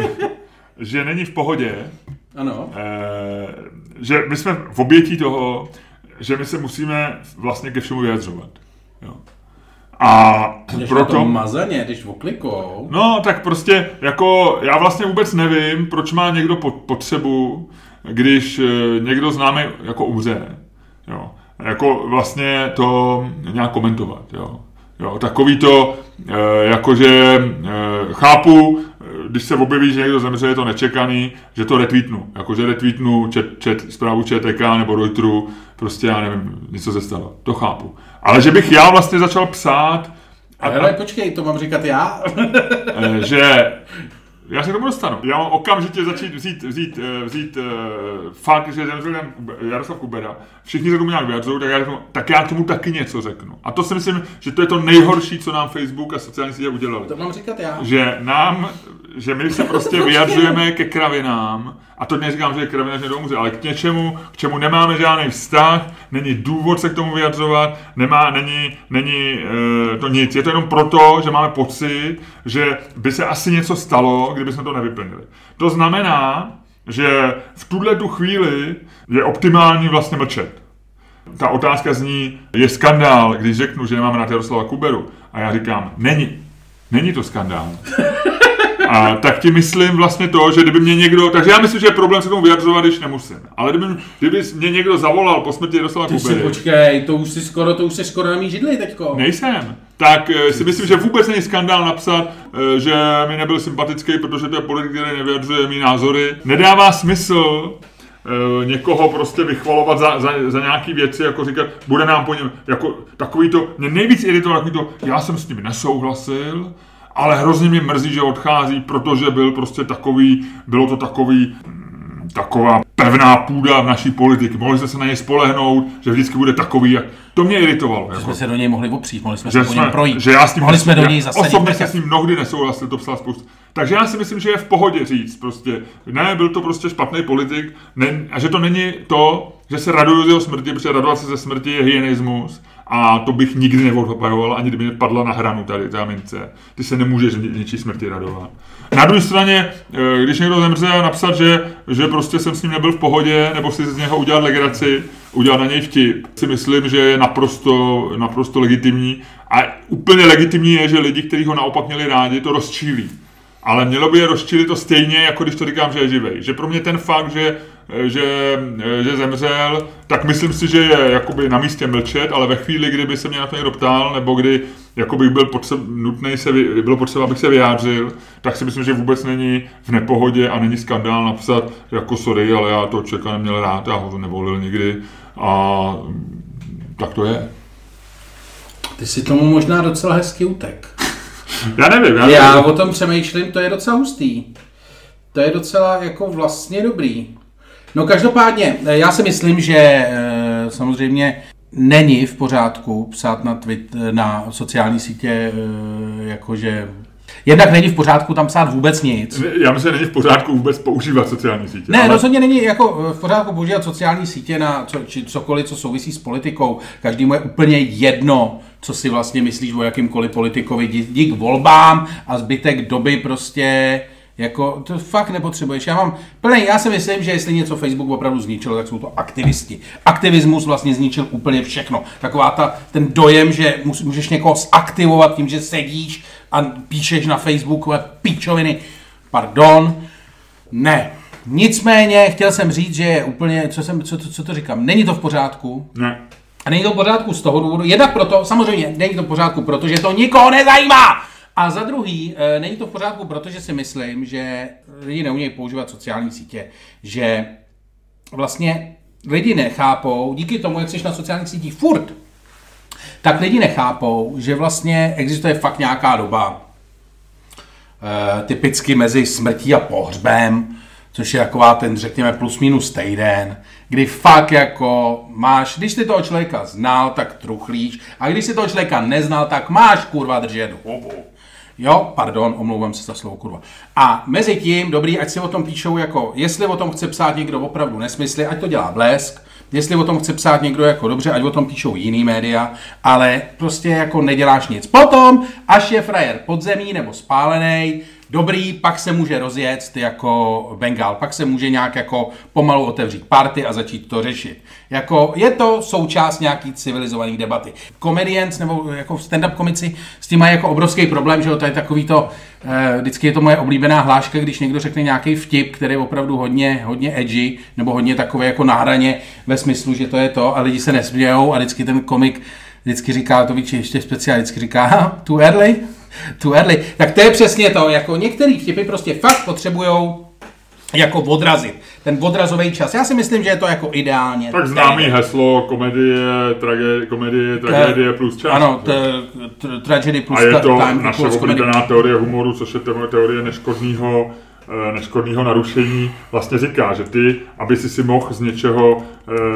že není v pohodě. Ano. Uh, že my jsme v obětí toho, že my se musíme vlastně ke všemu vyjadřovat. Jo. A když proto... to mazaně, když oklikou... No, tak prostě, jako, já vlastně vůbec nevím, proč má někdo potřebu, když někdo známý jako umře, jo. Jako vlastně to nějak komentovat, jo. Jo, takový to, e, jakože e, chápu, když se objeví, že někdo zemře, je to nečekaný, že to retweetnu. Jakože retweetnu čet, čet, zprávu ČTK nebo Reuteru, prostě já nevím, něco se stalo. To chápu. Ale že bych já vlastně začal psát... A, ale počkej, to mám říkat já? e, že... Já se k tomu dostanu. Já mám okamžitě začít vzít, vzít, vzít uh, fakt, že zemřel Jaroslav Kubera. Všichni se tomu nějak vyjadřují, tak já, řeknu, tak já k tomu taky něco řeknu. A to si myslím, že to je to nejhorší, co nám Facebook a sociální sítě udělali. To mám říkat já. Že nám, že my se prostě vyjadřujeme ke kravinám, a to neříkám, že je kravina, že domůže, ale k něčemu, k čemu nemáme žádný vztah, není důvod se k tomu vyjadřovat, nemá, není, není e, to nic. Je to jenom proto, že máme pocit, že by se asi něco stalo, kdyby jsme to nevyplnili. To znamená, že v tuhle tu chvíli je optimální vlastně mlčet. Ta otázka zní, je skandál, když řeknu, že nemáme na Jaroslava Kuberu, a já říkám, není. Není to skandál. A tak ti myslím vlastně to, že kdyby mě někdo, takže já myslím, že je problém se tomu vyjadřovat, když nemusím. Ale kdyby, kdyby mě někdo zavolal po smrti Jaroslava Kubery. Ty si počkej, to už si skoro, to už si skoro na mý židli teďko. Nejsem. Tak si myslím, že vůbec není skandál napsat, že mi nebyl sympatický, protože to je politik, který nevyjadřuje mý názory. Nedává smysl někoho prostě vychvalovat za, za, za nějaký věci, jako říkat, bude nám po něm, jako takový to, mě nejvíc iritovalo takový to, já jsem s tím nesouhlasil, ale hrozně mě mrzí, že odchází, protože byl prostě takový, bylo to takový, taková pevná půda v naší politiky. Mohli jsme se na něj spolehnout, že vždycky bude takový, jak... To mě iritovalo. Že jako. jsme se do něj mohli opřít, mohli jsme se po něm projít. Že já s tím mohli jsme do něj zasadit. Osobně se s ním mnohdy nesouhlasil, to psal spoustu. Takže já si myslím, že je v pohodě říct prostě, ne, byl to prostě špatný politik, ne, a že to není to, že se raduju z jeho smrti, protože radovat se ze smrti je hyenismus. A to bych nikdy neodhajoval, ani kdyby mě padla na hranu tady ta mince. Ty se nemůžeš něčí smrti radovat. Na druhé straně, když někdo zemře a napsat, že, že prostě jsem s ním nebyl v pohodě, nebo si z něho udělat legraci, udělat na něj vtip, si myslím, že je naprosto, naprosto legitimní. A úplně legitimní je, že lidi, kteří ho naopak měli rádi, to rozčílí. Ale mělo by je rozčílit to stejně, jako když to říkám, že je živej. Že pro mě ten fakt, že že, že zemřel, tak myslím si, že je jakoby na místě mlčet, ale ve chvíli, kdyby se mě na to někdo ptal, nebo kdy jakoby byl potřeb, nutnej se, bylo potřeba, abych se vyjádřil, tak si myslím, že vůbec není v nepohodě a není skandál napsat jako sorry, ale já toho člověka neměl rád, já ho nevolil nikdy a tak to je. Ty si tomu možná docela hezky utek. Já nevím. Já, já nevím. o tom přemýšlím, to je docela hustý. To je docela jako vlastně dobrý. No každopádně, já si myslím, že samozřejmě není v pořádku psát na, Twitter, na sociální sítě, jakože... Jednak není v pořádku tam psát vůbec nic. Já myslím, že není v pořádku vůbec používat sociální sítě. Ne, ale... rozhodně není jako v pořádku používat sociální sítě na co, či cokoliv, co souvisí s politikou. Každému je úplně jedno, co si vlastně myslíš o jakýmkoliv politikovi. Dík volbám a zbytek doby prostě... Jako, to fakt nepotřebuješ. Já mám plný, já si myslím, že jestli něco Facebook opravdu zničil, tak jsou to aktivisti. Aktivismus vlastně zničil úplně všechno. Taková ta, ten dojem, že můžeš někoho zaktivovat tím, že sedíš a píšeš na Facebooku píčoviny. Pardon. Ne. Nicméně chtěl jsem říct, že je úplně, co, jsem, co, co to říkám, není to v pořádku. Ne. A není to v pořádku z toho důvodu, jednak proto, samozřejmě není to v pořádku, protože to nikoho nezajímá. A za druhý, e, není to v pořádku, protože si myslím, že lidi neumějí používat sociální sítě, že vlastně lidi nechápou, díky tomu, jak jsi na sociálních sítích furt, tak lidi nechápou, že vlastně existuje fakt nějaká doba, e, typicky mezi smrtí a pohřbem, což je taková ten, řekněme, plus minus týden, kdy fakt jako máš, když jsi toho člověka znal, tak truchlíš, a když jsi toho člověka neznal, tak máš kurva držet hubu. Jo, pardon, omlouvám se za slovo kurva. A mezi tím, dobrý, ať si o tom píšou jako, jestli o tom chce psát někdo opravdu nesmysly, ať to dělá Blesk, jestli o tom chce psát někdo jako dobře, ať o tom píšou jiný média, ale prostě jako neděláš nic. Potom, až je frajer podzemí nebo spálený, dobrý, pak se může rozjet jako Bengal, pak se může nějak jako pomalu otevřít party a začít to řešit. Jako je to součást nějaký civilizované debaty. Comedians nebo jako stand-up komici s tím mají jako obrovský problém, že to je takový to, eh, vždycky je to moje oblíbená hláška, když někdo řekne nějaký vtip, který je opravdu hodně, hodně edgy, nebo hodně takový jako na hraně ve smyslu, že to je to a lidi se nesmějou a vždycky ten komik vždycky říká, to víš, ještě speciálně, vždycky říká, too early? Too early. Tak to je přesně to, jako některý vtipy prostě fakt potřebujou jako odrazit. Ten odrazový čas. Já si myslím, že je to jako ideálně. Tak známý heslo komedie, tragédie, komedie, tragédie plus čas. Ano, tragedy plus time. A je to time naše oblíbená teorie humoru, což je teorie neškodného neškodného narušení, vlastně říká, že ty, aby si si mohl z něčeho,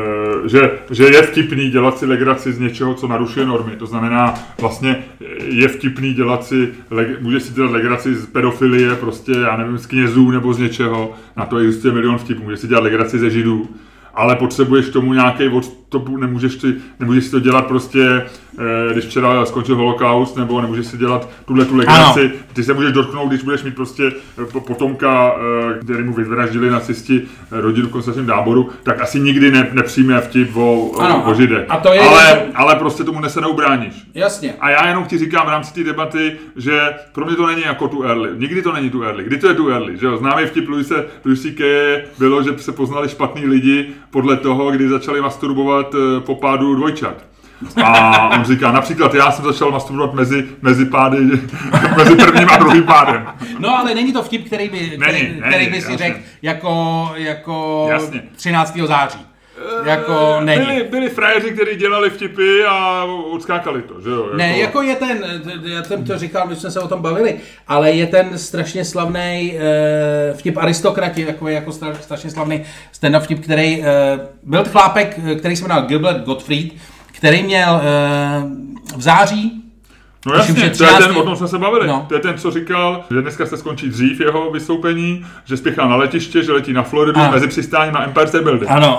že, že je vtipný dělat si legraci z něčeho, co narušuje normy. To znamená, vlastně je vtipný dělat si, můžeš si dělat legraci z pedofilie, prostě, já nevím, z knězů nebo z něčeho, na to existuje milion vtipů, můžeš si dělat legraci ze židů, ale potřebuješ tomu nějaký odstup, nemůžeš, ty, nemůžeš si to dělat prostě, eh, když včera skončil holokaust, nebo nemůžeš si dělat tuhle tu legraci, ano. Ty se můžeš dotknout, když budeš mít prostě potomka, eh, který mu vyvraždili nacisti rodinu v koncentračním táboru, tak asi nikdy ne, nepřijme vtip o, ano, o židech. A to je ale, to... ale prostě tomu se neubráníš. Jasně. A já jenom ti říkám v rámci té debaty, že pro mě to není jako tu early. Nikdy to není tu early. Kdy to je tu early? Že jo? Známý vtip Louise, Louis C K bylo, že se poznali špatný lidi podle toho, kdy začali masturbovat po pádu dvojčat. A on říká, například já jsem začal masturbovat mezi, mezi pády, mezi prvním a druhým pádem. No ale není to vtip, který by, který, není, který není, by si řekl jako, jako třináctého září. Jako není. Byli, byli frajeři, kteří dělali vtipy a odskákali to, že jo? Jako... Ne, jako je ten, já jsem to říkal, my jsme se o tom bavili, ale je ten strašně slavný uh, vtip Aristokrati, takový jako strašně slavný stand-up vtip, který uh, byl chlápek, který se jmenoval Gilbert Gottfried, který měl uh, v září. No jasně, to je ten, o tom jsme se bavili. No. To je ten, co říkal, že dneska se skončí dřív jeho vystoupení, že spěchá na letiště, že letí na Floridu ano. Mezi přistáním na Empire State Building. Ano, ano.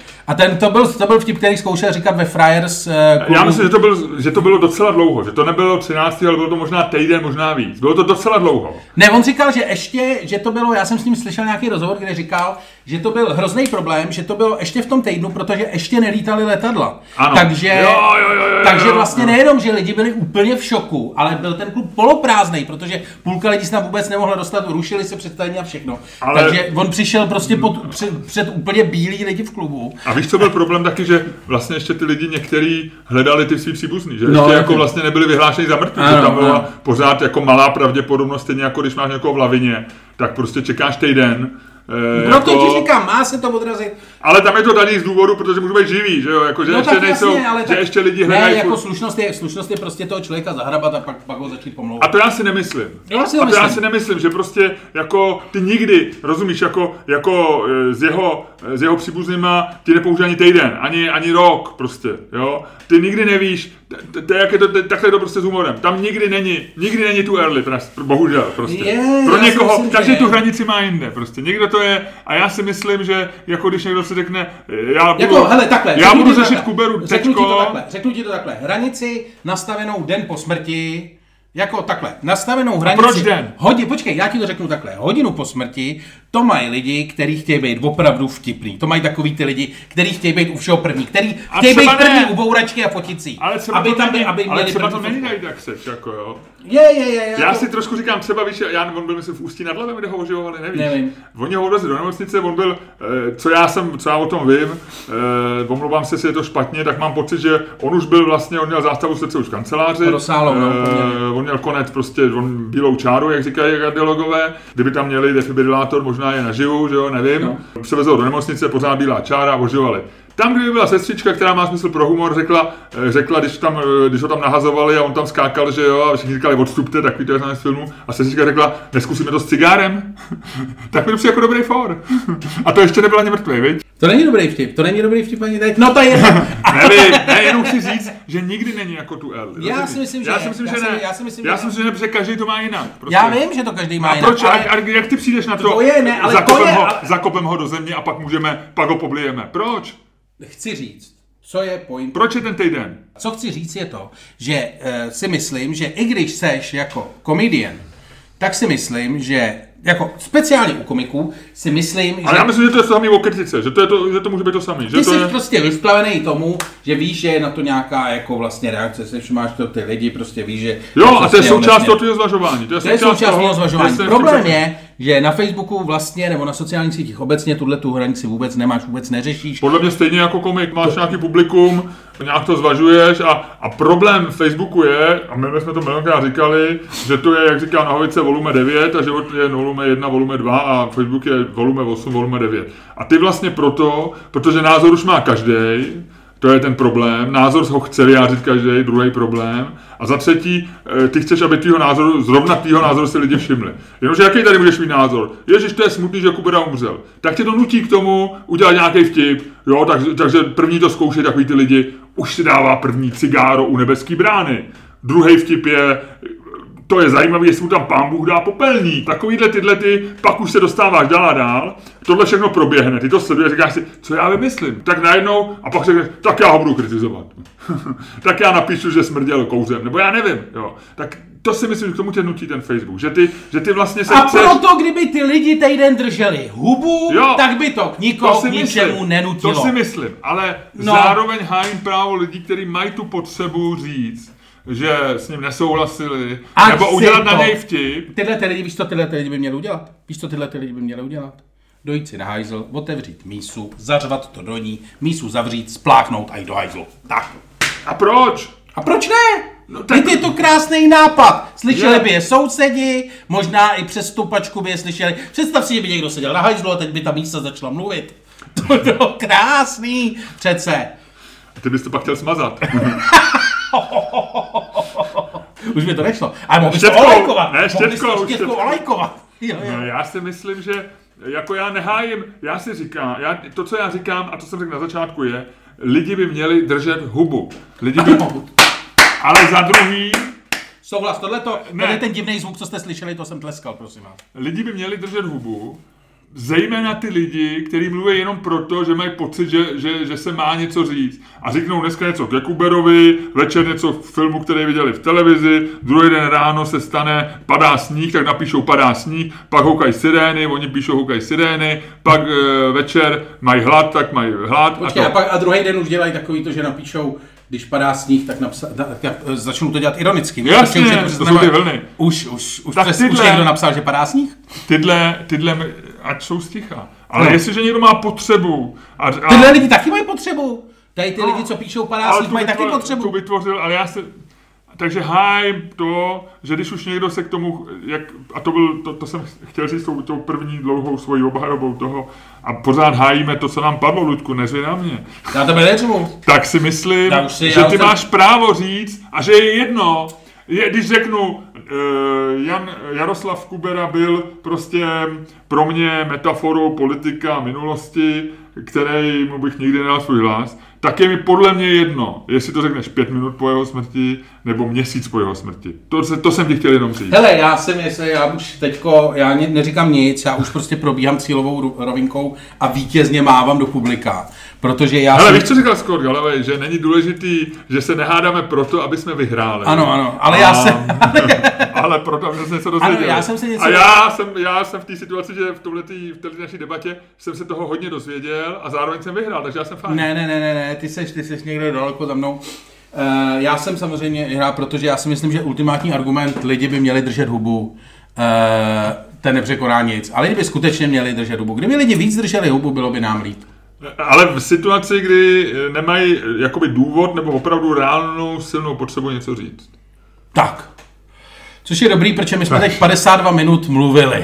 A ten, to byl, to byl vtip, který zkoušel říkat ve Friars. Uh, Já myslím, že to, byl, že to bylo docela dlouho, že to nebylo třináct, ale bylo to možná týden, možná víc. Bylo to docela dlouho. Ne, on říkal, že ještě, že to bylo, já jsem s ním slyšel nějaký rozhovor, kde říkal, že to byl hrozný problém, že to bylo ještě v tom týdnu, protože ještě nelítaly letadla. Ano. Takže, jo, jo, jo, jo, takže jo, vlastně jo. nejenom, že lidi byli úplně v šoku, ale byl ten klub poloprázdnej, protože půlka lidí se tam vůbec nemohla dostat, rušili se představení a všechno. Ale... Takže on přišel prostě pod, před, před úplně bílí lidi v klubu. A víš, co byl problém taky, že vlastně ještě ty lidi některý hledali ty svý příbuzný, že no, ještě jako vlastně nebyli vyhlášeni za mrtvý, že tam byla ano. pořád jako malá pravděpodobnost, stejně jako když máš někoho v lavině, tak prostě čekáš týden. E, Proto jako... ti říkám, má se to odrazit. Ale tam je to daný z důvodu, protože můžou být živí, že jo, jako, že, no, ještě nejsou, jasně, ale že tak... ještě lidi hledají. Ne, jako slušnost je, slušnost je prostě toho člověka zahrabat a pak, pak ho začít pomlouvat. A to já si nemyslím. Já si a to myslím. já si nemyslím, že prostě jako ty nikdy, rozumíš, jako, jako z jeho, z jeho příbuznýma ti nepoužije ani týden, ani, ani rok prostě, jo. Ty nikdy nevíš, to je, jak je to, takhle je to prostě s humorem. Tam nikdy není, nikdy není tu early, bohužel prostě. Je, pro někoho, myslím, každý že... tu hranici má jinde prostě. Někdo to je, a já si myslím, že jako když někdo si řekne, já budu, jako, hele, takhle, já budu řešit takhle, Kuberu tečko. Řeknu ti to takhle, řeknu ti to takhle, hranici nastavenou den po smrti, jako takhle, nastavenou hranici. A proč den? Hodin, počkej, já ti to řeknu takhle, hodinu po smrti, to mají lidi, kteří chtějí být opravdu vtipný. To mají takový ty lidi, kteří chtějí být u všeho první, kteří chtějí být první u bouračky a foticí. Ale třeba aby to tam není, by, aby ale třeba první to není najít, jak seš, jako jo. Je, je, je. Já to... si trošku říkám, třeba víš, já on byl myslím v Ústí nad Labem, kde ho oživovali, nevíš. Nevím. Oni ho odvezli do nemocnice, on byl, co já jsem, co já o tom vím, omlouvám se, jestli je to špatně, tak mám pocit, že on už byl vlastně, on měl zástavu srdce už v kanceláři. Rozsáhlou, no, on měl konec prostě, on bílou čáru, jak říkají kardiologové, kdyby tam měli defibrilátor, možná je naživu, že jo, nevím. No. Převezl do nemocnice, pořád bílá čára a oživovali. Tam, kdyby byla sestřička, která má smysl pro humor, řekla, řekla když, tam, když ho tam nahazovali a on tam skákal, že jo, a všichni říkali odstupte, takový to je z filmu, a sestřička řekla, neskusíme to s cigárem, tak mi to přijde jako dobrý for. A to ještě nebyl ani mrtvý, viď? To není dobrý vtip, to není dobrý vtip ani teď. No to je. Nevím, ne, jenom chci říct, že nikdy není jako tu L. Já si myslím, že já si myslím, že ne. Já si myslím, já si myslím, že protože každý to má jinak. Prostě. Já vím, že to každý má a jinak. Proč, ale... a, a jak ty přijdeš na to? To je, ne, ale zakopem, to je, ho, ale... zakopem ho do země a pak můžeme, pak ho poblijeme. Proč? Chci říct, co je point. Proč je ten týden? Co chci říct je to, že uh, si myslím, že i když seš jako komedian, tak si myslím, že jako speciálně u komiků si myslím, ale že... já myslím, že to je to samý o kritice, že to, je to, že to může být to samý. Že ty to jsi je... prostě vysplavený tomu, že víš, že je na to nějaká jako vlastně reakce, se všimáš to ty lidi, prostě víš, že... Jo, a to je součást toho tvého zvažování. To je to součást toho zvažování. Problém všim... je, že na Facebooku vlastně, nebo na sociálních sítích obecně tuhle tu hranici vůbec nemáš, vůbec neřešíš. Podle mě stejně jako komik, máš to... nějaký publikum, nějak to zvažuješ a, a problém Facebooku je, a my jsme to mnohokrát říkali, že to je, jak říká Nohavice, volume devět a život je volume jedna, volume dva a Facebook je volume osm, volume devět. A ty vlastně proto, protože názor už má každej, to je ten problém, názor ho chce vyjádřit každý, druhý problém. A za třetí, ty chceš, aby tvýho názoru, zrovna tvýho názoru si lidi všimli. Jenomže jaký tady můžeš mít názor? Ježiš, to je smutný, že Kubera umřel. Tak tě to nutí k tomu udělat nějaký vtip, jo, tak, takže první to zkoušej takový ty lidi, už si dává první cigáro u nebeský brány. Druhý vtip je, to je zajímavé, jestli mu tam Pán Bůh dá popelník. Takovýhle tyhle ty, pak už se dostáváš dál a dál, tohle všechno proběhne, ty to sleduješ, říkáš si, co já vymyslím. Tak najednou, a pak řekneš, tak já ho budu kritizovat. Tak já napíšu, že smrděl kouřem, nebo já nevím, jo. Tak to si myslím, že k tomu tě nutí ten Facebook, že ty, že ty vlastně se a chceš... proto, kdyby ty lidi týden drželi hubu, jo, tak by to k nikoho k ničemu myslím, nenutilo. To si myslím, ale no. zároveň hájím právo lidí, kteří mají tu potřebu říct, že s ním nesouhlasili, a nebo udělat na něj vtip. Tyhle ty lidi, víš co tyhle ty lidi by měli udělat? Víš co tyhle ty lidi by měli udělat? Dojít si na hajzl, otevřít mísu, zařvat to do ní, mísu zavřít, spláchnout a jít do hajzlu. Tak. A proč? A proč ne? No, tak... Je to krásný nápad. Slyšeli je. by je sousedi, možná i přes stupačku by je slyšeli. Představ si, že by někdo seděl na hajzlu a teď by ta mísa začala mluvit. To bylo krásný přece. A ty bys to pak chtěl smazat. Už mi to nešlo. Ale mohl bys to olajkovat. Ne, štětkou. Štětkou olajkovat. Jo, jo. No, já si myslím, že jako já nehájím, já si říkám, já, to, co já říkám a to jsem řekl na začátku je, lidi by měli držet hubu. Lidi by... Ale za druhý... Souhlas, tohleto, ne. Ten divný zvuk, co jste slyšeli, to jsem tleskal, prosím vás. Lidi by měli držet hubu, zejména ty lidi, kteří mluví jenom proto, že mají pocit, že, že, že se má něco říct. A řeknou dneska něco ke Kuberovi, večer něco v filmu, který viděli v televizi, druhý den ráno se stane, padá sníh, tak napíšou padá sníh, pak houkají sirény, oni píšou houkají sirény, pak e, večer mají hlad, tak mají hlad. Počkej, a, a, pak, a druhý den už dělají takový to, že napíšou, když padá sníh, tak, napsa- tak, tak začnou to dělat ironicky. Víš? Jasně, to, to jsou ty vlny. Už, už, už, přes, tyhle, už někdo napsal, že padá sníh? Tyhle, tyhle ať jsou sticha. Ale no. Jestliže někdo má potřebu... A, a... Tyhle lidi taky mají potřebu. Tady ty no, lidi, co píšou padá sníh, mají vytvořil, taky potřebu. Tu vytvořil, ale já se... Takže hájím to, že když už někdo se k tomu, jak, a to, byl, to, to jsem chtěl říct tou, tou první dlouhou svojí obhajobou toho, a pořád hájíme to, co nám padlo, Luďku, nezvě na mě. Já tebe neřvu. Tak si myslím, si, že ty jsem... máš právo říct a že je jedno, je, když řeknu, uh, Jan, Jaroslav Kubera byl prostě pro mě metaforou politika minulosti, kterému bych nikdy nedal svůj hlas, tak je mi podle mě jedno, jestli to řekneš pět minut po jeho smrti, nebo měsíc po jeho smrti. To, se, to jsem ti chtěl jenom říct. Hele, já jsem, jestli já už teďko, já neříkám nic, já už prostě probíhám cílovou rovinkou a vítězně mávám do publika. Protože já Hele, jsem... víš, co říkal Scott Galloway, že není důležitý, že se nehádáme proto, aby jsme vyhráli. Ano, ano, ale a... já jsem... ale proto, aby jsme něco dozvěděli. Ano, já jsem se něco... A já jsem, já jsem v té situaci, že v tomhletý, v této naší debatě jsem se toho hodně dozvěděl a zároveň jsem vyhrál, takže já jsem fajn. Ne, ne, ne, ne, ne, ty seš, ty seš někde daleko za mnou. Uh, já jsem samozřejmě vyhrál, protože já si myslím, že ultimátní argument, lidi by měli držet hubu, uh, ten nepřekoná nic, ale kdyby skutečně měli držet hubu. Kdyby lidi víc drželi hubu, bylo by nám líp. Ale v situaci, kdy nemají jakoby důvod nebo opravdu reálnou silnou potřebu něco říct. Tak. Což je dobrý, protože my jsme teď padesát dva minut mluvili.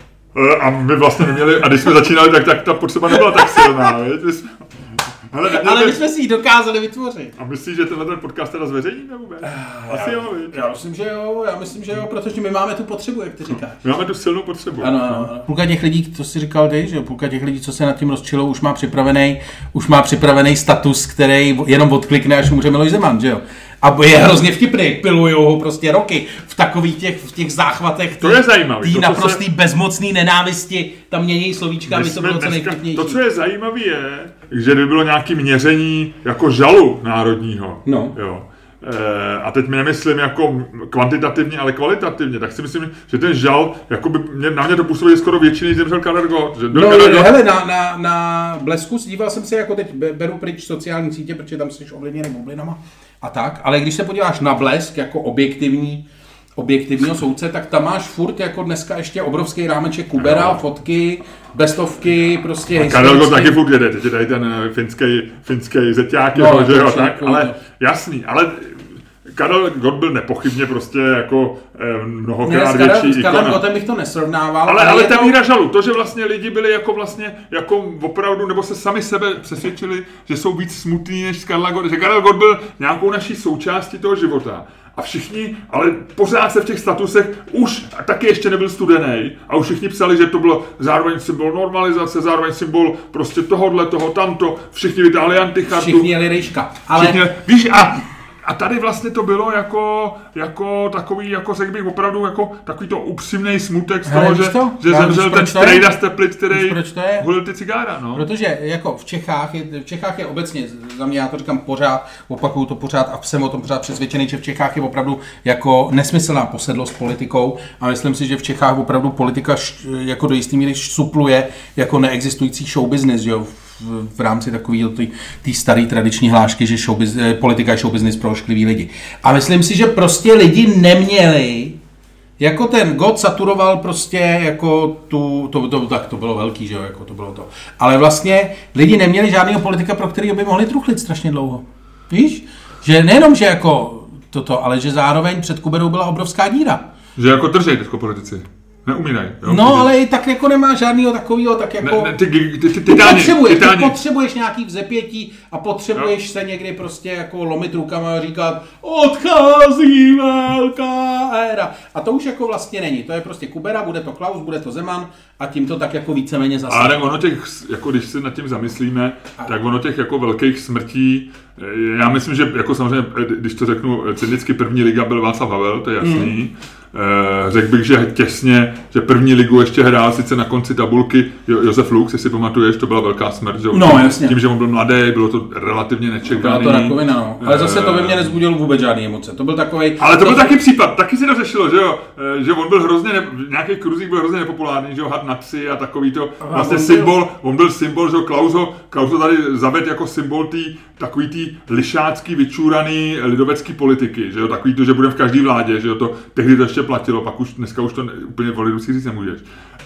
A my vlastně neměli, a když jsme začínali, tak, tak ta potřeba nebyla tak silná. Jsme, ale, ale my jsme si ji dokázali vytvořit. A myslíš, že tenhle ten podcast teda zveřejníme vůbec? Asi já, jo, víc. Já myslím, že jo, já myslím, že jo, protože my máme tu potřebu, jak ty říkáš. My máme tu silnou potřebu. Ano, ano. Půlka těch lidí, to si říkal ty, že jo, půlka těch lidí, co se nad tím rozčilou, už má připravený, už má připravený status, který jenom odklikne, až umře Miloš Zeman, že jo. A je hrozně vtipný, pilujou ho prostě roky v takových těch, v těch záchvatech. To je zajímavé. Tý naprostý se... bezmocný nenávisti, tam mění slovíčka, my to bylo co nejvtipnější. To, co je zajímavé, je, že by bylo nějaké měření jako žalu národního. No. Jo. E, a teď mi nemyslím jako kvantitativně, ale kvalitativně, tak si myslím, že ten žal, jakoby mě, na mě to působí skoro většiný, než zemřel Karel Gott. No, Karel hele, na, na, na Blesku díval jsem se, jako teď beru pryč sociální sítě, protože tam jsi ovlivněný bublinama a tak, ale když se podíváš na Blesk jako objektivní, objektivního soudce, tak tam máš furt jako dneska ještě obrovský rámeček Kubera, no. Fotky, bestovky, prostě a Karel Gott taky furt jede, teď je tady ten finský, finský zeťák, no, jeho, že jo, tak, ale jasný, ale Karel Gott byl nepochybně prostě jako eh, mnohokrát ne, větší ikona. S Karlem Gottem bych to nesrovnával. Ale, ale, ale ta míra to... žalu, to, že vlastně lidi byli jako vlastně, jako opravdu, nebo se sami sebe přesvědčili, že jsou víc smutní než Karel Gott, že Karel Gott byl nějakou naší součástí toho života. A všichni, ale pořád se v těch statusech už taky ještě nebyl studený a už všichni psali, že to bylo zároveň symbol normalizace, zároveň symbol prostě tohodle, toho, tamto, všichni vytáhli antichartu. Všichni jeli rejška. Ale... Všichni, víš, a, a tady vlastně to bylo jako, jako takový, jako řekl bych opravdu, jako takový to upřímný smutek z toho, hele, že, to? že zemřel ten strejda z Teplic, který hulil ty cigára. No. Protože jako v Čechách, je, v Čechách je obecně, za mě já to říkám pořád, opakuju to pořád a jsem o tom pořád přesvědčený, že v Čechách je opravdu jako nesmyslná posedlost politikou a myslím si, že v Čechách opravdu politika š, jako do jistý míry supluje jako neexistující show business, jo, v, v rámci takový té staré tradiční hlášky, že show, politika je show business pro ošklivý lidi. A myslím si, že prostě lidi neměli, jako ten Gott saturoval prostě jako tu, to, to, tak to bylo velký, že jo, jako to bylo to. Ale vlastně lidi neměli žádného politika, pro kterého by mohli truchlit strašně dlouho. Víš? Že nejenom, že jako toto, ale že zároveň před Kuberou byla obrovská díra. Že jako držej teďko politici. Neumírají. No, ale i tak jako nemá žádného takového, tak jako... Ne, ne, ty, ty, ty, ty, ty, potřebuješ, ty, ty potřebuješ nějaký vzepětí a potřebuješ no. se někdy prostě jako lomit rukama a říkat odchází velká éra. A to už jako vlastně není. To je prostě Kubera, bude to Klaus, bude to Zeman a tím to tak jako víceméně zase. Ale ono těch, jako když se nad tím zamyslíme, a... tak ono těch jako velkých smrtí, já myslím, že jako samozřejmě, když to řeknu cynicky, první liga byl Václav Havel, to je jasný. řekl bych, že těsně, že první ligu ještě hrál sice na konci tabulky jo, Josef Lux, jestli pamatuješ, to byla velká smrt, že? No, tím, jasně. Tím, že on byl mladý, bylo to relativně nečekaný. Byla to rakovina, no. Ale zase to ve mně nezbudilo vůbec žádný emoce. To byl takovej... Ale to byl taky případ, taky si to řešilo, že jo, že on byl hrozně, ne, v nějakých kruzích byl hrozně nepopulární, že jo, had na tři a takový to, vlastně on symbol, byl... on byl symbol, že jo, Klaus ho, Klaus ho tady zaved jako symbol tý, takový tý lišácký, vyčúraný lidovecký politiky, že jo, takový to, že bude v každý vládě, že jo, to tehdy to ještě platilo, pak už dneska už to ne, úplně o lidu si říct nemůžeš.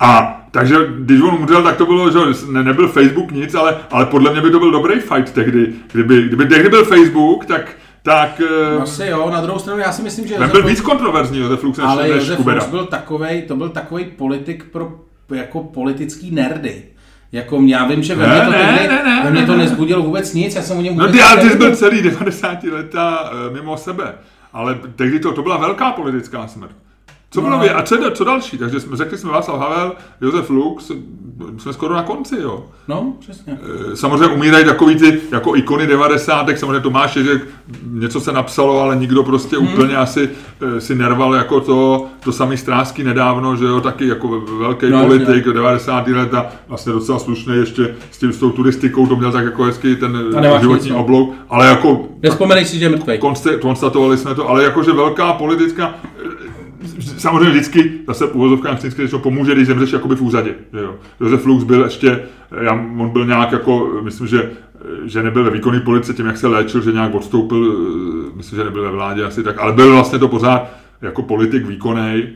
A takže když on umřel, tak to bylo, že ne, nebyl Facebook nic, ale, ale podle mě by to byl dobrý fight tehdy, kdyby, kdyby tehdy byl Facebook, tak tak... Asi jo, na druhou stranu já si myslím, že... Josef byl víc kontroverzní Josef Lux než Kubera. Ale Josef Lux byl takovej, to byl takovej politik pro jako politický nerdy. Jako já vím, že ve mně to, ne, tehdy, ne, ne, ve mně to nezbudilo vůbec nic, já jsem o něm vůbec... No ty, ale ty jsi byl celý devadesát leta mimo sebe, ale tehdy to, to byla velká politická smrt. Co bylo no. A co, co další? Takže jsme řekli jsme Václav Havel, Josef Lux, jsme skoro na konci, jo. No, přesně. Samozřejmě umírají takový ty jako ikony devadesátek, samozřejmě Tomáš že něco se napsalo, ale nikdo prostě hmm. úplně asi si nerval jako to, to samý Stráský nedávno, že jo, taky jako velký no, politik, devadesátá leta, vlastně docela slušný ještě s tím, s tou turistikou, to měl tak jako hezký ten životní nic, oblouk, ale jako... Nespomenej si, že je mrtvej. Konstatovali jsme to, ale jakože velká politická... Samozřejmě vždycky, zase v uvozovkách vždycky něco pomůže, když zemřeš jakoby v úřadě. Že jo. Josef Lux byl ještě, já, on byl nějak jako, myslím, že, že nebyl ve výkonné politice tím, jak se léčil, že nějak odstoupil, myslím, že nebyl ve vládě asi tak, ale byl vlastně to pořád jako politik výkonnej.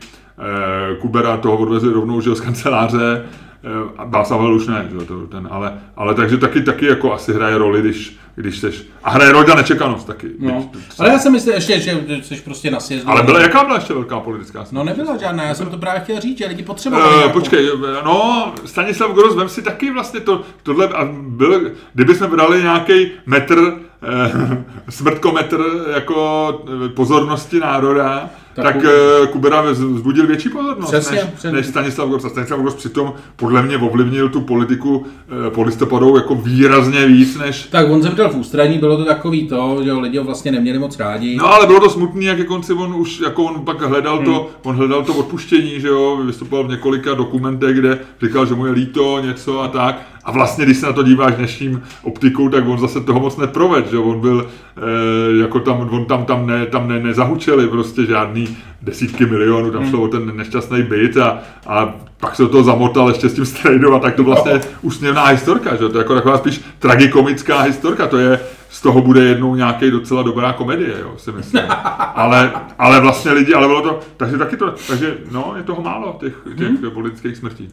Kubera toho odvezli rovnou, že z kanceláře, Václav Havel už ne, že to ten, ale, ale takže taky, taky jako asi hraje roli, když, když seš, a hraje roli na nečekanost taky. No. Ale já jsem myslel ještě, že jsi prostě na sjezdu. Ale byla, jaká byla ještě velká politická smrt? No nebyla žádná, já jsem to právě chtěl říct, že lidi potřebovali. Uh, počkej, no, Stanislav Gross, vem si taky vlastně to, tohle, a byl, kdybychom brali nějaký metr, eh, smrtkometr jako pozornosti národa, tak, tak uh, Kubera vzbudil větší pozornost přesně, než, přesně. než Stanislav Gross. A Stanislav Gross přitom podle mě ovlivnil tu politiku eh, polistopadovou jako výrazně víc než... Tak on zemřel v ústraní, bylo to takový to, že lidi ho vlastně neměli moc rádi. No ale bylo to smutný, jak ke konci on už, jako on pak hledal hmm. to, on hledal to odpuštění, že jo, vystupoval v několika dokumentech, kde říkal, že mu je líto něco a tak. A vlastně, když se na to díváš dnešním optikou, tak on zase toho moc neproved, že on byl, e, jako tam, on tam, tam, ne, tam ne, nezahučeli prostě žádný desítky milionů, tam šlo o ten nešťastný byt a, a pak se do toho zamotal ještě s tím strejdou a tak to vlastně úsměvná historka, že to je jako taková spíš tragikomická historka, to je, z toho bude jednou nějaký docela dobrá komedie, jo, si myslím. Ale, ale vlastně lidi, ale bylo to, takže taky to, takže no, je toho málo, těch, těch hmm. politických smrtí.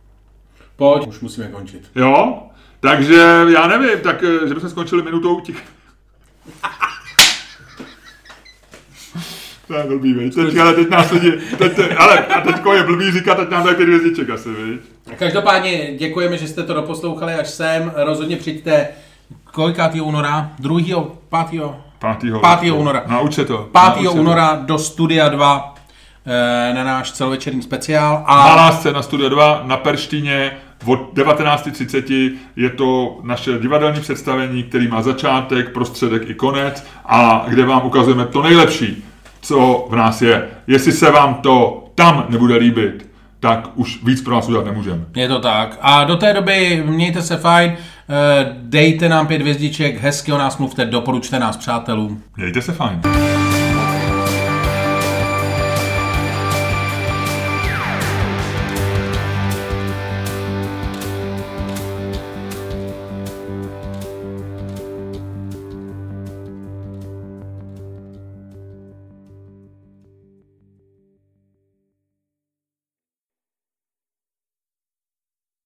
Pojď, už musíme končit. Jo, takže já nevím, tak že bychom skončili minutou těch. To je blbý, veď. Teď, ale teď nás lidi, teď, ale a teďko je blbý říkat, teď nám dají pět hvězdiček asi, veď. Každopádně děkujeme, že jste to doposlouchali až sem, rozhodně přijďte kolikátýho února? druhého pátého pátého pátého února. Nauč se to. pátého února do Studia dva na náš celovečerní speciál. A malá scéna Studia dva na Perštině od devatenáct třicet je to naše divadelní představení, který má začátek, prostředek i konec a kde vám ukazujeme to nejlepší, co v nás je. Jestli se vám to tam nebude líbit, tak už víc pro nás udělat nemůžeme. Je to tak. A do té doby mějte se fajn, dejte nám pět hvězdiček, hezky o nás mluvte, doporučte nás přátelům. Mějte se fajn.